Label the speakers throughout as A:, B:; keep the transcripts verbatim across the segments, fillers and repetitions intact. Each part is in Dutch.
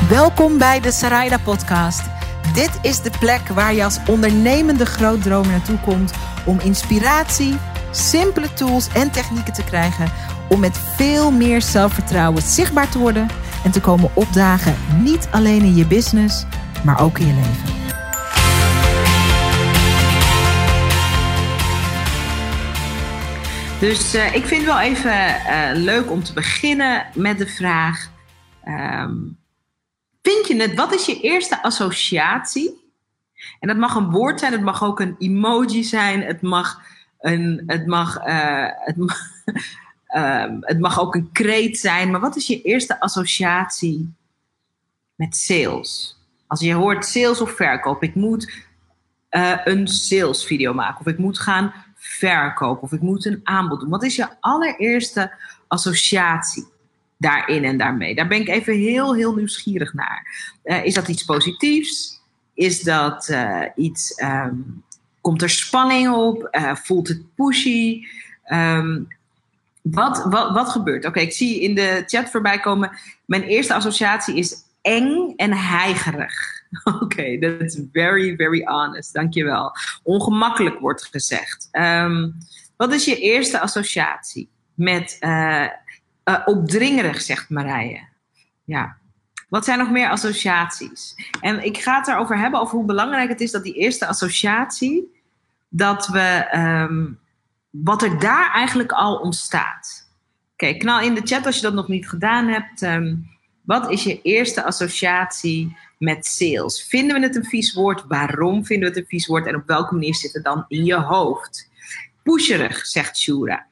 A: Welkom bij de Sarayda Podcast. Dit is de plek waar je als ondernemende grootdromer naartoe komt om inspiratie, simpele tools en technieken te krijgen om met veel meer zelfvertrouwen zichtbaar te worden en te komen opdagen, niet alleen in je business, maar ook in je leven. Dus uh, ik vind wel even uh, leuk om te beginnen met de vraag: Um, vind je het, wat is je eerste associatie? En dat mag een woord zijn, het mag ook een emoji zijn, het mag, een, het mag, uh, het mag, uh, het mag ook een kreet zijn. Maar wat is je eerste associatie met sales? Als je hoort sales of verkoop, ik moet uh, een salesvideo maken, of ik moet gaan verkopen, of ik moet een aanbod doen. Wat is je allereerste associatie daarin en daarmee? Daar ben ik even heel, heel nieuwsgierig naar. Uh, is dat iets positiefs? Is dat uh, iets... Um, komt er spanning op? Uh, voelt het pushy? Um, wat, wat, wat gebeurt? Oké, okay, ik zie in de chat voorbij komen. Mijn eerste associatie is eng en heigerig. Oké, okay, dat is very, very honest. Dankjewel. Ongemakkelijk wordt gezegd. Um, wat is je eerste associatie met... Uh, Uh, opdringerig, zegt Marije. Ja. Wat zijn nog meer associaties? En ik ga het erover hebben, over hoe belangrijk het is dat die eerste associatie, dat we, um, wat er daar eigenlijk al ontstaat. Oké, okay, knal in de chat als je dat nog niet gedaan hebt. Um, wat is je eerste associatie met sales? Vinden we het een vies woord? Waarom vinden we het een vies woord? En op welke manier zit het dan in je hoofd? Pusherig, zegt Shura.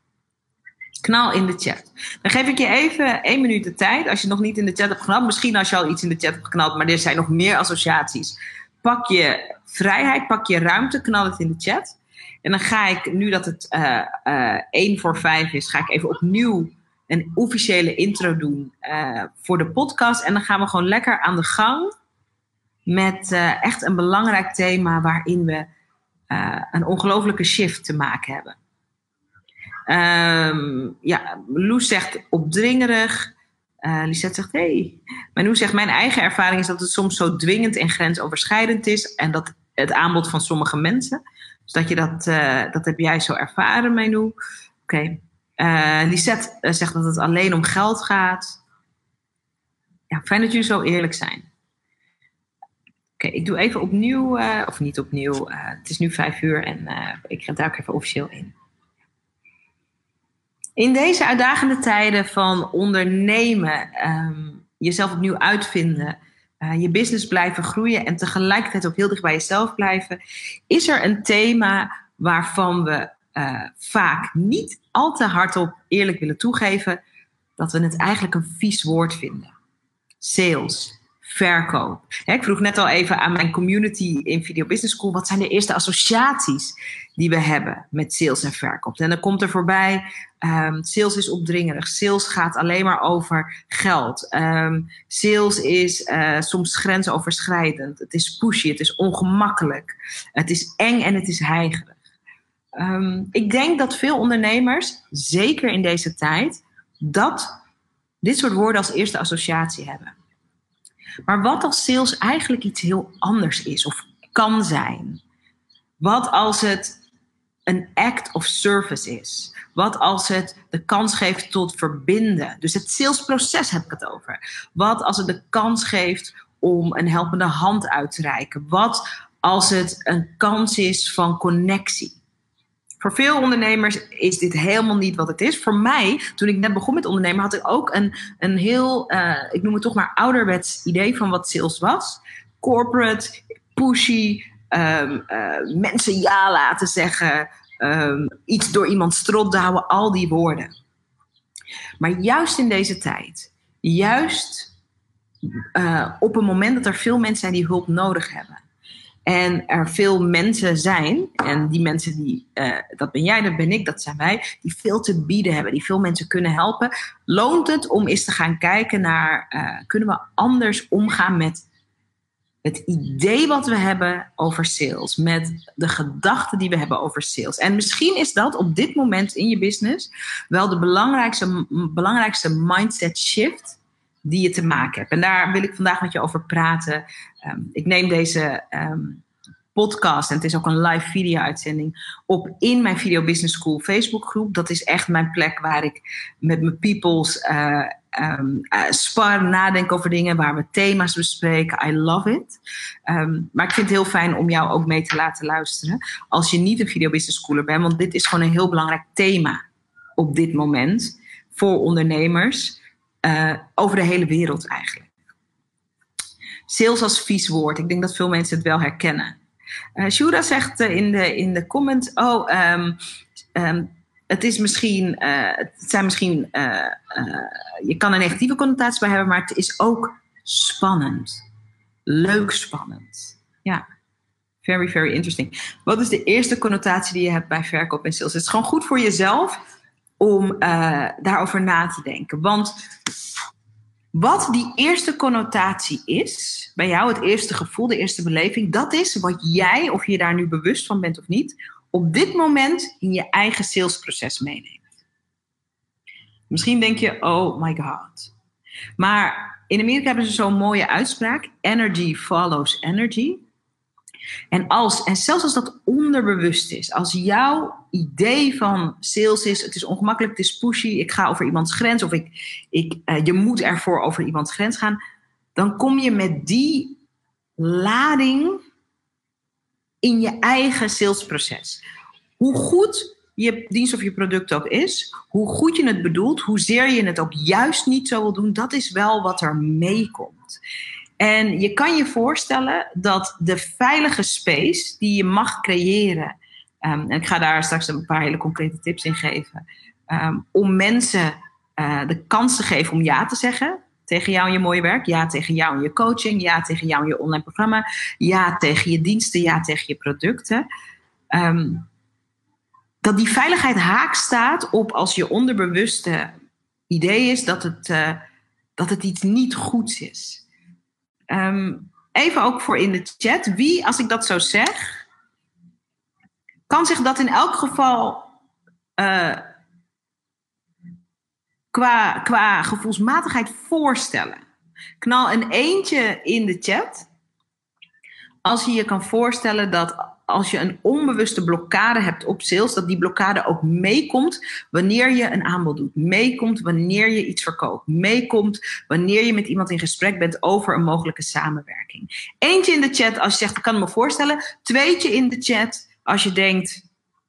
A: Knal in de chat. Dan geef ik je even één minuut de tijd. Als je nog niet in de chat hebt geknald. Misschien als je al iets in de chat hebt geknald. Maar er zijn nog meer associaties. Pak je vrijheid. Pak je ruimte. Knal het in de chat. En dan ga ik, nu dat het uh, uh, één voor vijf is. Ga ik even opnieuw een officiële intro doen. Uh, voor de podcast. En dan gaan we gewoon lekker aan de gang. Met uh, echt een belangrijk thema. Waarin we uh, een ongelofelijke shift te maken hebben. Um, ja, Loes zegt opdringerig. Uh, Lisette zegt hey. Manu zegt mijn eigen ervaring is dat het soms zo dwingend en grensoverschrijdend is. En dat het aanbod van sommige mensen. Dus dat je dat, uh, dat heb jij zo ervaren, Manu. Oké. Okay. Uh, Lisette uh, zegt dat het alleen om geld gaat. Ja, fijn dat jullie zo eerlijk zijn. Oké, okay, ik doe even opnieuw. Uh, of niet opnieuw. Uh, het is nu vijf uur en uh, ik ga daar ook even officieel in. In deze uitdagende tijden van ondernemen, um, jezelf opnieuw uitvinden, uh, je business blijven groeien en tegelijkertijd ook heel dicht bij jezelf blijven, is er een thema waarvan we uh, vaak niet al te hardop eerlijk willen toegeven dat we het eigenlijk een vies woord vinden. Sales, verkoop. He, ik vroeg net al even aan mijn community in Video Business School, wat zijn de eerste associaties die we hebben met sales en verkoop? En dan komt er voorbij, um, sales is opdringerig. Sales gaat alleen maar over geld. Um, sales is uh, soms grensoverschrijdend. Het is pushy, het is ongemakkelijk. Het is eng en het is heigerig. Um, ik denk dat veel ondernemers, zeker in deze tijd, dat dit soort woorden als eerste associatie hebben. Maar wat als sales eigenlijk iets heel anders is of kan zijn? Wat als het een act of service is? Wat als het de kans geeft tot verbinden? Dus het salesproces heb ik het over. Wat als het de kans geeft om een helpende hand uit te reiken? Wat als het een kans is van connectie? Voor veel ondernemers is dit helemaal niet wat het is. Voor mij, toen ik net begon met ondernemen, had ik ook een, een heel, uh, ik noem het toch maar ouderwets idee van wat sales was. Corporate, pushy, um, uh, mensen ja laten zeggen, um, iets door iemand strot douwen, al die woorden. Maar juist in deze tijd, juist uh, op een moment dat er veel mensen zijn die hulp nodig hebben. En er veel mensen zijn, en die mensen, die, uh, dat ben jij, dat ben ik, dat zijn wij, die veel te bieden hebben, die veel mensen kunnen helpen. Loont het om eens te gaan kijken naar, uh, kunnen we anders omgaan met het idee wat we hebben over sales, met de gedachten die we hebben over sales. En misschien is dat op dit moment in je business wel de belangrijkste, belangrijkste mindset shift die je te maken hebt. En daar wil ik vandaag met je over praten. Um, ik neem deze um, podcast, en het is ook een live video-uitzending, op in mijn Video Business School Facebookgroep. Dat is echt mijn plek waar ik met mijn peoples uh, um, uh, spar, nadenk over dingen, waar we thema's bespreken. I love it. Um, maar ik vind het heel fijn om jou ook mee te laten luisteren als je niet een Video Business Schooler bent, want dit is gewoon een heel belangrijk thema op dit moment voor ondernemers uh, over de hele wereld eigenlijk. Sales als vies woord. Ik denk dat veel mensen het wel herkennen. Uh, Shura zegt uh, in, de, in de comment, oh, um, um, het is misschien, uh, het zijn misschien, uh, uh, je kan een negatieve connotatie bij hebben, maar het is ook spannend. Leuk spannend. Ja, very, very interesting. Wat is de eerste connotatie die je hebt bij verkoop en sales? Het is gewoon goed voor jezelf om uh, daarover na te denken. Want wat die eerste connotatie is, bij jou het eerste gevoel, de eerste beleving, dat is wat jij, of je daar nu bewust van bent of niet, op dit moment in je eigen salesproces meeneemt. Misschien denk je, oh my god. Maar in Amerika hebben ze zo'n mooie uitspraak, energy follows energy. En, als, en zelfs als dat onderbewust is, als jouw idee van sales is, het is ongemakkelijk, het is pushy, ik ga over iemands grens, of ik, ik, uh, je moet ervoor over iemands grens gaan, dan kom je met die lading in je eigen salesproces. Hoe goed je dienst of je product ook is, hoe goed je het bedoelt, hoezeer je het ook juist niet zo wil doen, dat is wel wat er meekomt. En je kan je voorstellen dat de veilige space die je mag creëren, um, en ik ga daar straks een paar hele concrete tips in geven, um, om mensen uh, de kans te geven om ja te zeggen tegen jou en je mooie werk, ja tegen jou en je coaching, ja tegen jou en je online programma, ja tegen je diensten, ja tegen je producten. Um, dat die veiligheid haak staat op als je onderbewuste idee is dat het, uh, dat het iets niet goeds is. Um, even ook voor in de chat. Wie, als ik dat zo zeg, kan zich dat in elk geval uh, qua, qua gevoelsmatigheid voorstellen? Knal een eentje in de chat als je je kan voorstellen dat als je een onbewuste blokkade hebt op sales, dat die blokkade ook meekomt wanneer je een aanbod doet. Meekomt wanneer je iets verkoopt. Meekomt wanneer je met iemand in gesprek bent over een mogelijke samenwerking. Eentje in de chat als je zegt, ik kan me voorstellen. Tweetje in de chat als je denkt,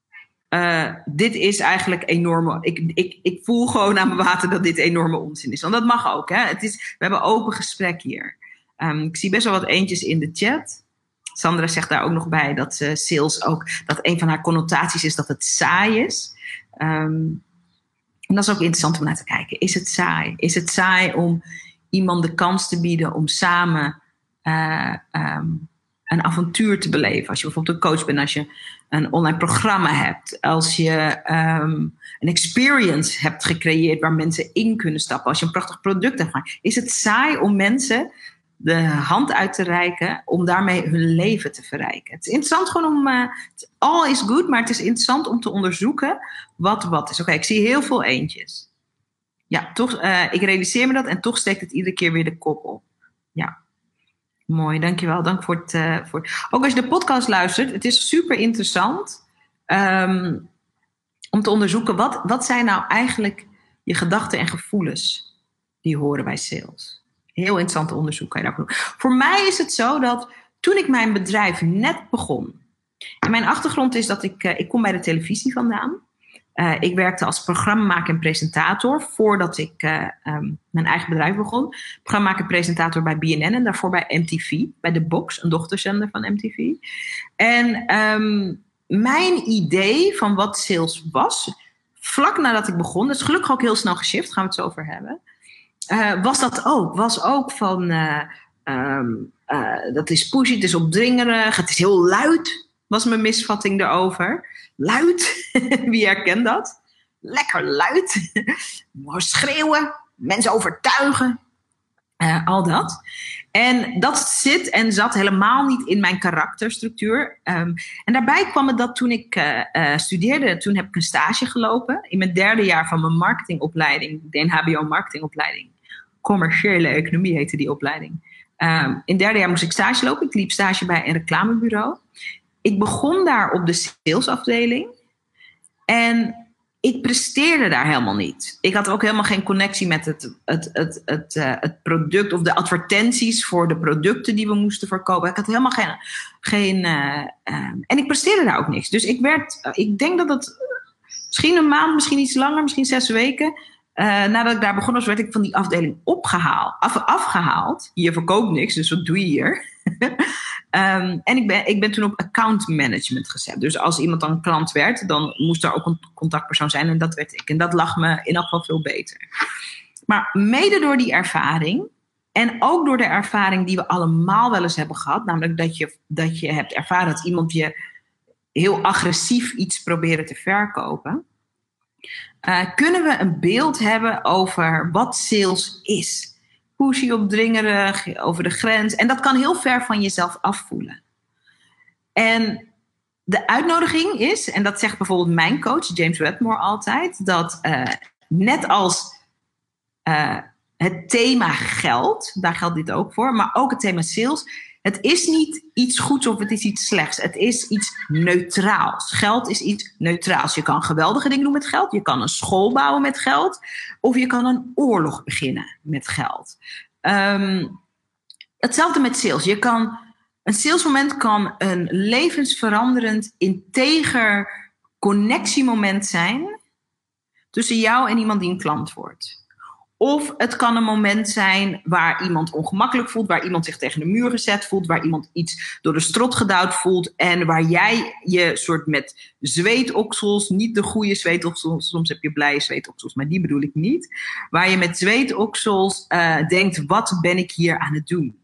A: uh, dit is eigenlijk enorme... Ik, ik, ik voel gewoon aan mijn water dat dit enorme onzin is. Want dat mag ook. Hè? Het is, we hebben open gesprek hier. Um, ik zie best wel wat eentjes in de chat. Sandra zegt daar ook nog bij dat uh, sales ook, dat een van haar connotaties is dat het saai is. Um, en dat is ook interessant om naar te kijken. Is het saai? Is het saai om iemand de kans te bieden om samen uh, um, een avontuur te beleven? Als je bijvoorbeeld een coach bent, als je een online programma hebt, als je um, een experience hebt gecreëerd waar mensen in kunnen stappen, als je een prachtig product hebt. Is het saai om mensen de hand uit te reiken om daarmee hun leven te verrijken? Het is interessant gewoon om... Uh, all is good, maar het is interessant om te onderzoeken wat wat is. Oké, okay, ik zie heel veel eentjes. Ja, toch, uh, ik realiseer me dat en toch steekt het iedere keer weer de kop op. Ja, mooi, dankjewel. Dank voor het, uh, voor het... Ook als je de podcast luistert, het is super interessant um, om te onderzoeken wat, wat zijn nou eigenlijk je gedachten en gevoelens die horen bij sales. Heel interessant onderzoek kan je daarvoor doen. Voor mij is het zo dat toen ik mijn bedrijf net begon. En mijn achtergrond is dat ik, uh, ik kom bij de televisie vandaan. Uh, ik werkte als programmamaker en presentator voordat ik uh, um, mijn eigen bedrijf begon. Programmamaker en presentator bij B N N en daarvoor bij M T V. Bij The Box, een dochterzender van M T V. En um, mijn idee van wat sales was, vlak nadat ik begon, dat is gelukkig ook heel snel geshift, gaan we het zo over hebben. Uh, was dat ook. Was ook van, uh, um, uh, dat is pushy, het is opdringerig, het is heel luid, was mijn misvatting erover. Luid, wie herkent dat? Lekker luid. Schreeuwen, mensen overtuigen, uh, al dat. En dat zit en zat helemaal niet in mijn karakterstructuur. Um, en daarbij kwam het dat toen ik uh, uh, studeerde, toen heb ik een stage gelopen. In mijn derde jaar van mijn marketingopleiding, de N H B O marketingopleiding, commerciële economie heette die opleiding. Um, in het derde jaar moest ik stage lopen. Ik liep stage bij een reclamebureau. Ik begon daar op de salesafdeling. En ik presteerde daar helemaal niet. Ik had ook helemaal geen connectie met het, het, het, het, uh, het product of de advertenties voor de producten die we moesten verkopen. Ik had helemaal geen... geen uh, uh, en ik presteerde daar ook niks. Dus ik werd... Uh, ik denk dat het misschien een maand, misschien iets langer, misschien zes weken... Uh, nadat ik daar begon was, werd ik van die afdeling opgehaald, af, afgehaald. Je verkoopt niks, dus wat doe je hier? um, en ik ben, ik ben toen op account management gezet. Dus als iemand dan klant werd, dan moest er ook een contactpersoon zijn. En dat werd ik. En dat lag me in elk geval veel beter. Maar mede door die ervaring, en ook door de ervaring die we allemaal wel eens hebben gehad, namelijk dat je, dat je hebt ervaren dat iemand je heel agressief iets probeerde te verkopen, Uh, kunnen we een beeld hebben over wat sales is. Pushy, opdringerig, over de grens. En dat kan heel ver van jezelf afvoelen. En de uitnodiging is, en dat zegt bijvoorbeeld mijn coach James Wedmore altijd, dat uh, net als uh, het thema geld, daar geldt dit ook voor, maar ook het thema sales, het is niet iets goeds of het is iets slechts. Het is iets neutraals. Geld is iets neutraals. Je kan geweldige dingen doen met geld. Je kan een school bouwen met geld. Of je kan een oorlog beginnen met geld. Um, hetzelfde met sales. Je kan, een salesmoment kan een levensveranderend, integer connectiemoment zijn tussen jou en iemand die een klant wordt. Of het kan een moment zijn waar iemand ongemakkelijk voelt, waar iemand zich tegen de muur gezet voelt, waar iemand iets door de strot gedouwd voelt en waar jij je soort met zweetoksels, niet de goede zweetoksels, soms heb je blije zweetoksels, maar die bedoel ik niet, waar je met zweetoksels uh, denkt, wat ben ik hier aan het doen?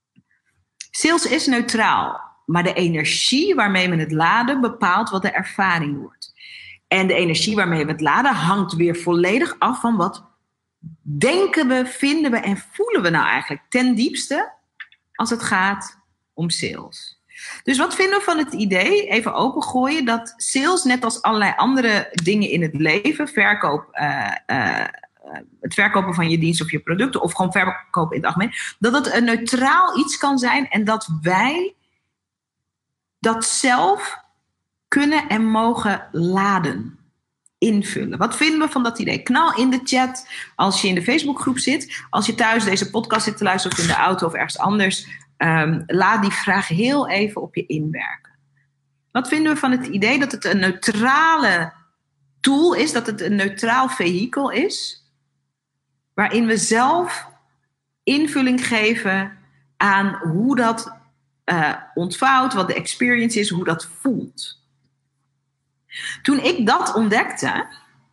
A: Sales is neutraal, maar de energie waarmee we het laden bepaalt wat de ervaring wordt. En de energie waarmee we het laden hangt weer volledig af van wat denken we, vinden we en voelen we nou eigenlijk ten diepste als het gaat om sales. Dus wat vinden we van het idee, even opengooien, dat sales net als allerlei andere dingen in het leven, verkoop, uh, uh, het verkopen van je dienst of je producten of gewoon verkopen in het algemeen, dat het een neutraal iets kan zijn en dat wij dat zelf kunnen en mogen laden. Invullen. Wat vinden we van dat idee? Knal in de chat als je in de Facebookgroep zit. Als je thuis deze podcast zit te luisteren of in de auto of ergens anders. Um, laat die vraag heel even op je inwerken. Wat vinden we van het idee dat het een neutrale tool is? Dat het een neutraal vehikel is? Waarin we zelf invulling geven aan hoe dat uh, ontvouwt. Wat de experience is, hoe dat voelt. Toen ik dat ontdekte,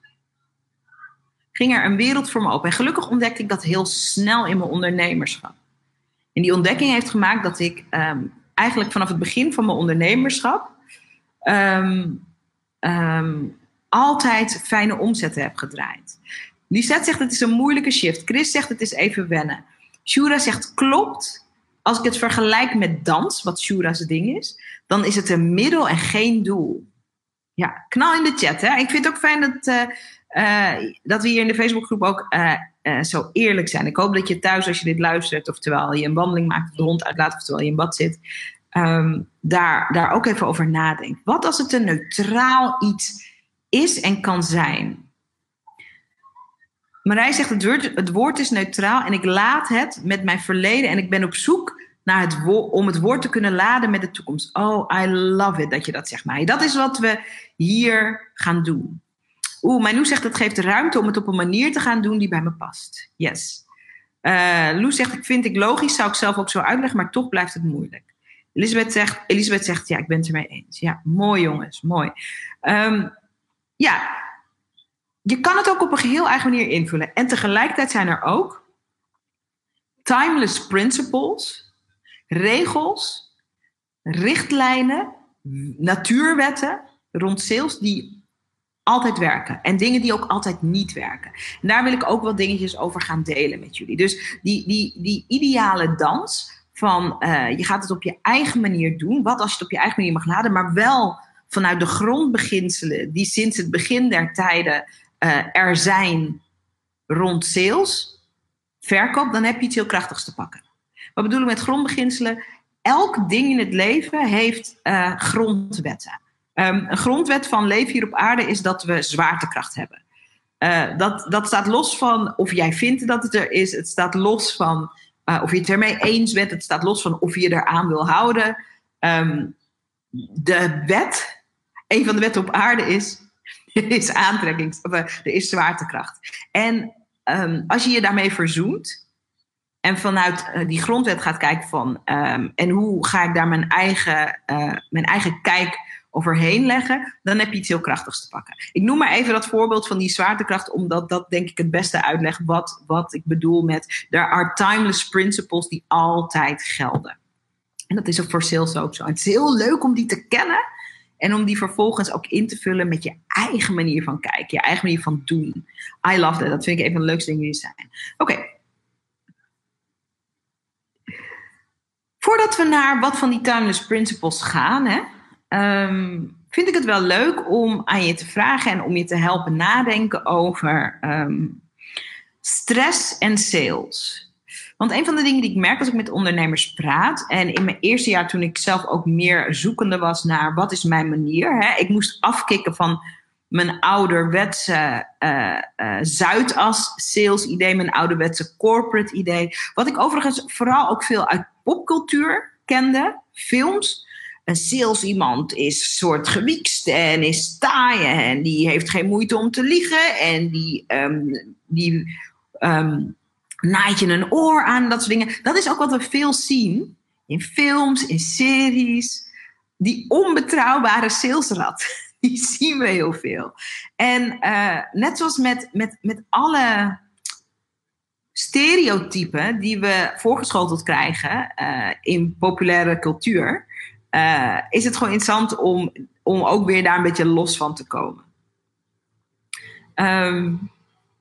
A: ging er een wereld voor me open. En gelukkig ontdekte ik dat heel snel in mijn ondernemerschap. En die ontdekking heeft gemaakt dat ik um, eigenlijk vanaf het begin van mijn ondernemerschap um, um, altijd fijne omzetten heb gedraaid. Lisette zegt het is een moeilijke shift. Chris zegt het is even wennen. Shura zegt klopt. Als ik het vergelijk met dans, wat Shura's ding is, dan is het een middel en geen doel. Ja, knal in de chat. Hè? Ik vind het ook fijn dat, uh, uh, dat we hier in de Facebookgroep ook uh, uh, zo eerlijk zijn. Ik hoop dat je thuis, als je dit luistert, of terwijl je een wandeling maakt of de hond uitlaat, of terwijl je in bad zit, um, daar, daar ook even over nadenkt. Wat als het een neutraal iets is en kan zijn? Marij zegt, het woord, het woord is neutraal en ik laat het met mijn verleden en ik ben op zoek naar het woord, om het woord te kunnen laden met de toekomst. Oh, I love it dat je dat zegt, Marij. Dat is wat we hier gaan doen. Oeh, Manu zegt, het geeft ruimte om het op een manier te gaan doen die bij me past. Yes. Uh, Lou zegt, ik vind ik logisch, zou ik zelf ook zo uitleggen, maar toch blijft het moeilijk. Elisabeth zegt, Elisabeth zegt ja, ik ben het ermee eens. Ja, mooi jongens, mooi. Um, ja, je kan het ook op een geheel eigen manier invullen. En tegelijkertijd zijn er ook timeless principles, regels, richtlijnen, natuurwetten rond sales die altijd werken. En dingen die ook altijd niet werken. En daar wil ik ook wat dingetjes over gaan delen met jullie. Dus die, die, die ideale dans van uh, je gaat het op je eigen manier doen. Wat als je het op je eigen manier mag laden, maar wel vanuit de grondbeginselen die sinds het begin der tijden uh, er zijn rond sales. verkoop, dan heb je iets heel krachtigs te pakken. Wat bedoel ik met grondbeginselen? Elk ding in het leven heeft uh, grondwetten. Um, een grondwet van leven hier op aarde is dat we zwaartekracht hebben. Uh, dat, dat staat los van of jij vindt dat het er is. Het staat los van uh, of je het ermee eens bent. Het staat los van of je eraan wil houden. Um, de wet, een van de wetten op aarde is, is aantrekkings, of, uh, er is zwaartekracht. En um, als je je daarmee verzoent en vanuit uh, die grondwet gaat kijken van um, en hoe ga ik daar mijn eigen, uh, mijn eigen kijk overheen leggen, dan heb je iets heel krachtigs te pakken. Ik noem maar even dat voorbeeld van die zwaartekracht, omdat dat denk ik het beste uitlegt wat, wat ik bedoel met there are timeless principles die altijd gelden. En dat is ook voor sales ook zo. Het is heel leuk om die te kennen en om die vervolgens ook in te vullen met je eigen manier van kijken, je eigen manier van doen. I love that. Dat vind ik een van de leukste dingen die er zijn. Oké. Okay. Voordat we naar wat van die timeless principles gaan, hè, um, vind ik het wel leuk om aan je te vragen en om je te helpen nadenken over um, stress en sales. Want een van de dingen die ik merk als ik met ondernemers praat, en in mijn eerste jaar toen ik zelf ook meer zoekende was naar wat is mijn manier. Hè? Ik moest afkicken van mijn ouderwetse uh, uh, Zuidas sales idee, mijn ouderwetse corporate idee. Wat ik overigens vooral ook veel uit popcultuur kende, films. Een sales iemand is een soort gewiekst en is taai en die heeft geen moeite om te liegen en die, um, die um, naait je een oor aan, dat soort dingen. Dat is ook wat we veel zien in films, in series. Die onbetrouwbare salesrat, die zien we heel veel. En uh, net zoals met, met, met alle stereotypen die we voorgeschoteld krijgen uh, in populaire cultuur, uh, is het gewoon interessant om, om ook weer daar een beetje los van te komen. Um,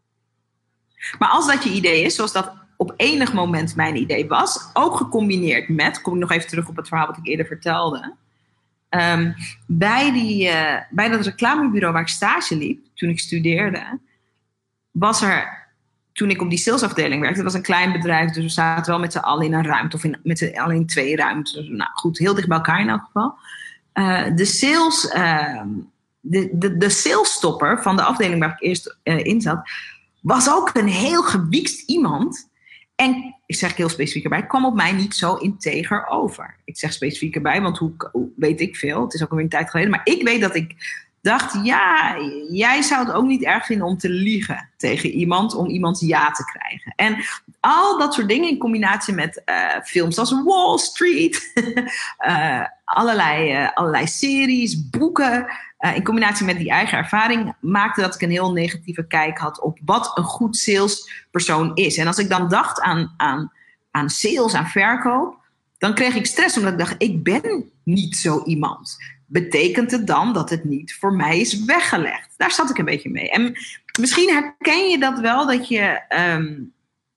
A: maar als dat je idee is, zoals dat op enig moment mijn idee was, ook gecombineerd met, kom ik nog even terug op het verhaal wat ik eerder vertelde, um, bij, die, uh, bij dat reclamebureau waar ik stage liep, toen ik studeerde, was er, toen ik op die salesafdeling werkte, het was een klein bedrijf, dus we zaten wel met z'n allen in een ruimte, of in, met z'n allen in twee ruimtes. Nou goed, heel dicht bij elkaar in elk geval. Uh, de sales, uh, de, de, de salesstopper van de afdeling waar ik eerst uh, in zat, was ook een heel gewiekst iemand. En ik zeg heel specifiek erbij, kwam op mij niet zo integer over. Ik zeg specifiek erbij, want hoe, hoe weet ik veel? Het is ook alweer een tijd geleden. Maar ik weet dat ik dacht, ja, jij zou het ook niet erg vinden om te liegen tegen iemand, om iemands ja te krijgen. En al dat soort dingen in combinatie met uh, films als Wall Street, uh, allerlei, uh, allerlei series, boeken, uh, in combinatie met die eigen ervaring, maakte dat ik een heel negatieve kijk had op wat een goed salespersoon is. En als ik dan dacht aan, aan, aan sales, aan verkoop, dan kreeg ik stress omdat ik dacht, ik ben niet zo iemand. Betekent het dan dat het niet voor mij is weggelegd? Daar zat ik een beetje mee. En misschien herken je dat wel, dat je um,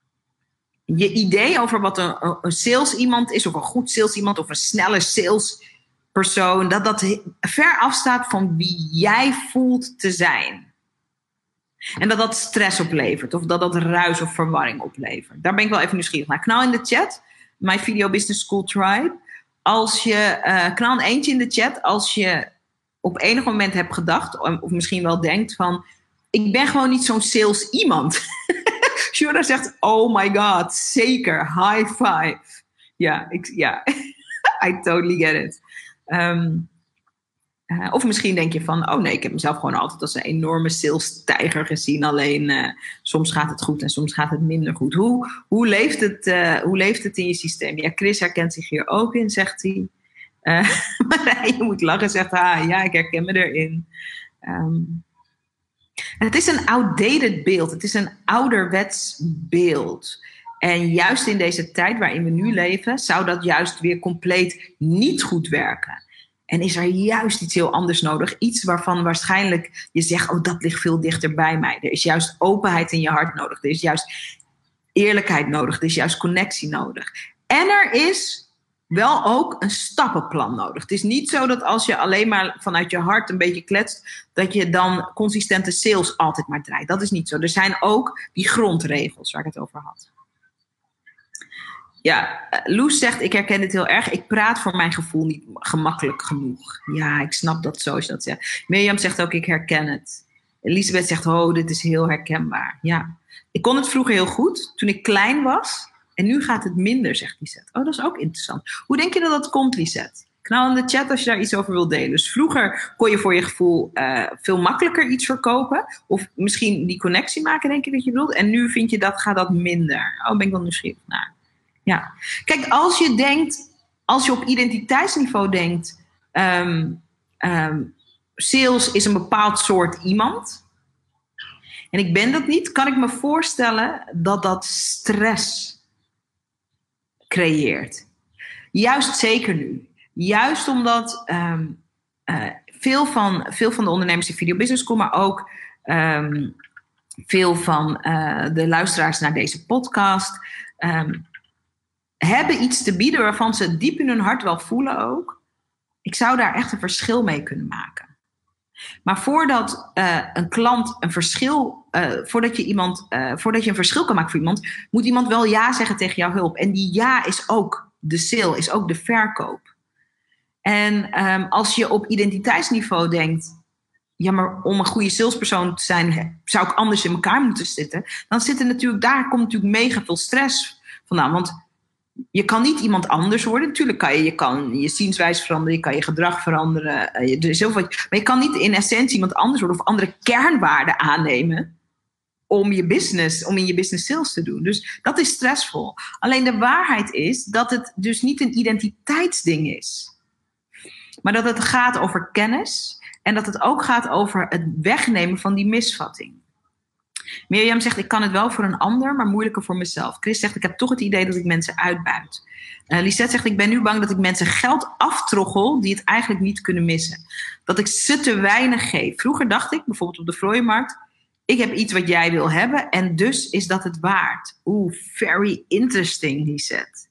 A: je idee over wat een, een sales iemand is, of een goed sales iemand, of een snelle salespersoon, dat dat ver afstaat van wie jij voelt te zijn. En dat dat stress oplevert, of dat dat ruis of verwarring oplevert. Daar ben ik wel even nieuwsgierig naar. Knal in de chat, My Video Business School Tribe. Als je, uh, knal een eentje in de chat als je op enig moment hebt gedacht, of misschien wel denkt van, ik ben gewoon niet zo'n sales iemand. Shura zegt, oh my god, zeker, high five. Ja, ik, ja. I totally get it. Um, uh, of misschien denk je van, oh nee, ik heb mezelf gewoon altijd als een enorme sales-tijger gezien. Alleen uh, soms gaat het goed en soms gaat het minder goed. Hoe, hoe, leeft het, uh, hoe leeft het in je systeem? Ja, Chris herkent zich hier ook in, zegt hij. Uh, maar je moet lachen, zegt hij. Ja, ik herken me erin. Um, en het is een outdated beeld. Het is een ouderwets beeld. En juist in deze tijd waarin we nu leven, zou dat juist weer compleet niet goed werken. En is er juist iets heel anders nodig. Iets waarvan waarschijnlijk je zegt, oh, dat ligt veel dichter bij mij. Er is juist openheid in je hart nodig. Er is juist eerlijkheid nodig. Er is juist connectie nodig. En er is wel ook een stappenplan nodig. Het is niet zo dat als je alleen maar vanuit je hart een beetje kletst, dat je dan consistente sales altijd maar draait. Dat is niet zo. Er zijn ook die grondregels waar ik het over had. Ja, Loes zegt, ik herken dit heel erg. Ik praat voor mijn gevoel niet gemakkelijk genoeg. Ja, ik snap dat zo als je dat zegt. Mirjam zegt ook, ik herken het. Elisabeth zegt, oh, dit is heel herkenbaar. Ja, ik kon het vroeger heel goed, toen ik klein was. En nu gaat het minder, zegt Lisette. Oh, dat is ook interessant. Hoe denk je dat dat komt, Lisette? Knal in de chat als je daar iets over wilt delen. Dus vroeger kon je voor je gevoel uh, veel makkelijker iets verkopen. Of misschien die connectie maken, denk je dat je wilt. En nu vind je dat, gaat dat minder. Oh, ben ik wel nieuwsgierig naar. Ja. Kijk, als je denkt, als je op identiteitsniveau denkt, um, um, sales is een bepaald soort iemand. En ik ben dat niet, kan ik me voorstellen dat dat stress creëert. Juist zeker nu. Juist omdat um, uh, veel, van, veel van de ondernemers die Video Business School, maar ook um, veel van uh, de luisteraars naar deze podcast, um, hebben iets te bieden waarvan ze diep in hun hart wel voelen ook. Ik zou daar echt een verschil mee kunnen maken. Maar voordat uh, een klant een verschil, uh, voordat je iemand, uh, voordat je een verschil kan maken voor iemand, moet iemand wel ja zeggen tegen jouw hulp. En die ja is ook de sale, is ook de verkoop. En um, als je op identiteitsniveau denkt, ja, maar om een goede salespersoon te zijn, zou ik anders in elkaar moeten zitten. Dan zit er natuurlijk, daar komt natuurlijk mega veel stress vandaan. Want je kan niet iemand anders worden. Natuurlijk kan je, je kan je zienswijze veranderen, je kan je gedrag veranderen. Er is heel veel, maar je kan niet in essentie iemand anders worden of andere kernwaarden aannemen om je business, om in je business sales te doen. Dus dat is stressvol. Alleen de waarheid is dat het dus niet een identiteitsding is. Maar dat het gaat over kennis en dat het ook gaat over het wegnemen van die misvatting. Mirjam zegt, ik kan het wel voor een ander, maar moeilijker voor mezelf. Chris zegt, ik heb toch het idee dat ik mensen uitbuit. Uh, Lisette zegt, ik ben nu bang dat ik mensen geld aftroggel die het eigenlijk niet kunnen missen. Dat ik ze te weinig geef. Vroeger dacht ik, bijvoorbeeld op de Vlooienmarkt, ik heb iets wat jij wil hebben en dus is dat het waard. Oeh, very interesting, Lisette.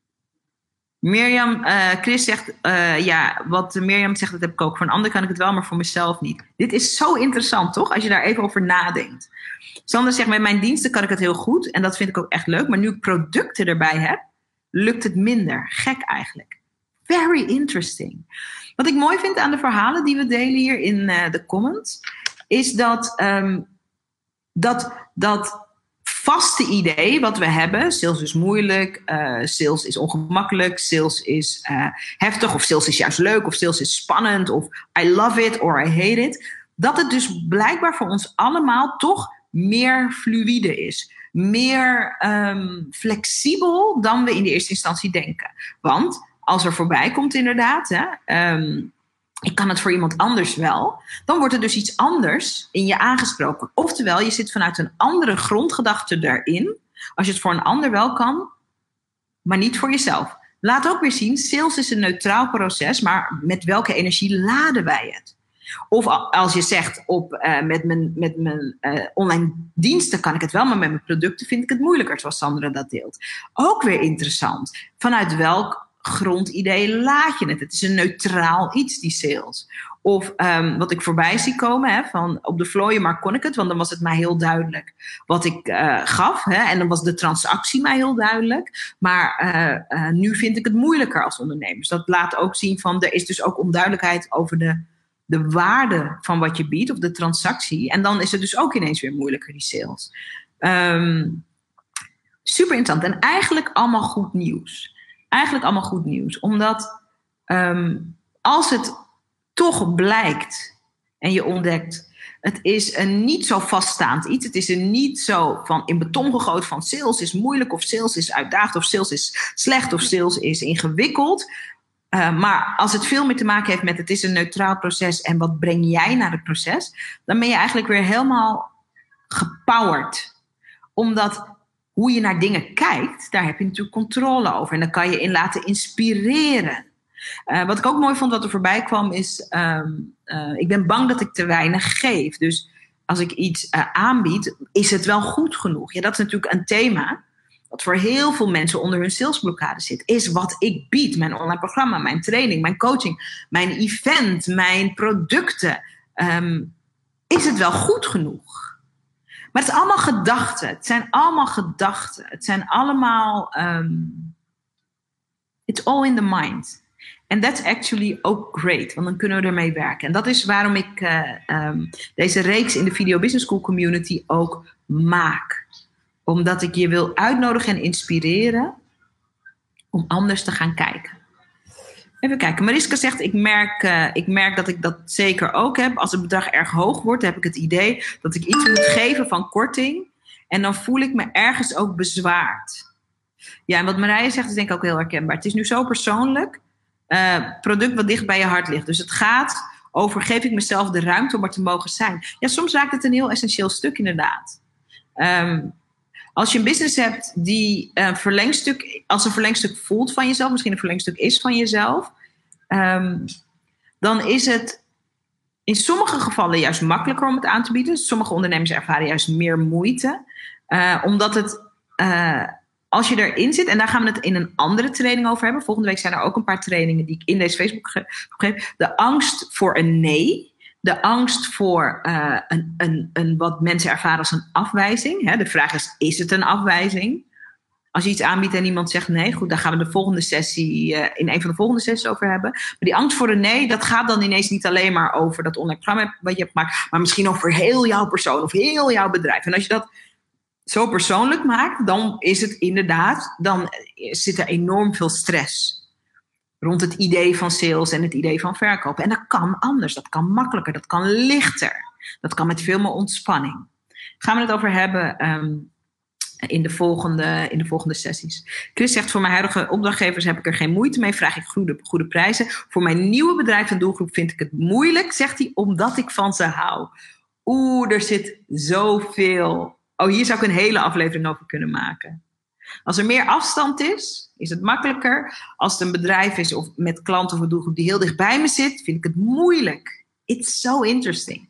A: Mirjam, uh, Chris zegt, uh, ja, wat Mirjam zegt, dat heb ik ook. Voor een ander kan ik het wel, maar voor mezelf niet. Dit is zo interessant, toch? Als je daar even over nadenkt. Sander zegt, met mijn diensten kan ik het heel goed. En dat vind ik ook echt leuk. Maar nu ik producten erbij heb, lukt het minder. Gek eigenlijk. Very interesting. Wat ik mooi vind aan de verhalen die we delen hier in uh, de comments, is dat, um, dat, dat vaste idee wat we hebben, sales is moeilijk, uh, sales is ongemakkelijk, sales is uh, heftig, of sales is juist leuk, of sales is spannend, of I love it or I hate it. Dat het dus blijkbaar voor ons allemaal toch meer fluïde is. Meer um, flexibel dan we in de eerste instantie denken. Want als er voorbij komt inderdaad, hè, um, ik kan het voor iemand anders wel, dan wordt er dus iets anders in je aangesproken. Oftewel, je zit vanuit een andere grondgedachte erin, als je het voor een ander wel kan, maar niet voor jezelf. Laat ook weer zien, sales is een neutraal proces, maar met welke energie laden wij het? Of als je zegt, op, uh, met mijn, met mijn uh, online diensten kan ik het wel, maar met mijn producten vind ik het moeilijker, zoals Sandra dat deelt. Ook weer interessant. Vanuit welk grondidee laat je het? Het is een neutraal iets, die sales. Of um, wat ik voorbij zie komen, hè, van op de Vlooienmarkt kon ik het, want dan was het mij heel duidelijk wat ik uh, gaf. Hè, en dan was de transactie mij heel duidelijk. Maar uh, uh, nu vind ik het moeilijker als ondernemer. Dus dat laat ook zien van, er is dus ook onduidelijkheid over de de waarde van wat je biedt of de transactie. En dan is het dus ook ineens weer moeilijker, die sales. Um, super interessant. En eigenlijk allemaal goed nieuws. Eigenlijk allemaal goed nieuws. Omdat um, als het toch blijkt en je ontdekt, het is een niet zo vaststaand iets. Het is een niet zo van in beton gegoten van sales is moeilijk of sales is uitdagend of sales is slecht of sales is ingewikkeld. Uh, maar als het veel meer te maken heeft met het is een neutraal proces en wat breng jij naar het proces, dan ben je eigenlijk weer helemaal gepowered. Omdat hoe je naar dingen kijkt, daar heb je natuurlijk controle over. En dan kan je in laten inspireren. Uh, wat ik ook mooi vond wat er voorbij kwam is, um, uh, ik ben bang dat ik te weinig geef. Dus als ik iets uh, aanbied, is het wel goed genoeg? Ja, dat is natuurlijk een thema wat voor heel veel mensen onder hun salesblokkade zit, is wat ik bied. Mijn online programma, mijn training, mijn coaching, mijn event, mijn producten. Um, is het wel goed genoeg? Maar het is allemaal gedachten. Het zijn allemaal gedachten. Het zijn allemaal um, It's all in the mind. And that's actually ook great, want dan kunnen we ermee werken. En dat is waarom ik uh, um, deze reeks in de Video Business School community ook maak. Omdat ik je wil uitnodigen en inspireren om anders te gaan kijken. Even kijken. Mariska zegt, ik merk, uh, ik merk dat ik dat zeker ook heb. Als het bedrag erg hoog wordt, heb ik het idee dat ik iets moet geven van korting. En dan voel ik me ergens ook bezwaard. Ja, en wat Marije zegt is denk ik ook heel herkenbaar. Het is nu zo persoonlijk. Uh, product wat dicht bij je hart ligt. Dus het gaat over, geef ik mezelf de ruimte om er te mogen zijn. Ja, soms raakt het een heel essentieel stuk inderdaad. Um, als je een business hebt die een verlengstuk, als een verlengstuk voelt van jezelf, misschien een verlengstuk is van jezelf, um, dan is het in sommige gevallen juist makkelijker om het aan te bieden. Sommige ondernemers ervaren juist meer moeite. Uh, omdat het... Uh, Als je erin zit, en daar gaan we het in een andere training over hebben. Volgende week zijn er ook een paar trainingen die ik in deze Facebook geef. De angst voor een nee. De angst voor uh, een, een, een, wat mensen ervaren als een afwijzing. Hè? De vraag is, is het een afwijzing? Als je iets aanbiedt en iemand zegt nee, goed, daar gaan we de volgende sessie, uh, in een van de volgende sessies over hebben. Maar die angst voor een nee, dat gaat dan ineens niet alleen maar over dat online programma wat je hebt gemaakt, maar misschien over heel jouw persoon of heel jouw bedrijf. En als je dat zo persoonlijk maakt, dan is het inderdaad, dan zit er enorm veel stress rond het idee van sales en het idee van verkopen. En dat kan anders, dat kan makkelijker, dat kan lichter. Dat kan met veel meer ontspanning. Gaan we het over hebben um, in, de volgende, in de volgende sessies. Chris zegt, voor mijn huidige opdrachtgevers heb ik er geen moeite mee, vraag ik goede, goede prijzen. Voor mijn nieuwe bedrijf en doelgroep vind ik het moeilijk, zegt hij, omdat ik van ze hou. Oeh, er zit zoveel. Oh, hier zou ik een hele aflevering over kunnen maken. Als er meer afstand is, is het makkelijker. Als het een bedrijf is of met klanten of een doelgroep die heel dicht bij me zit, vind ik het moeilijk. It's so interesting.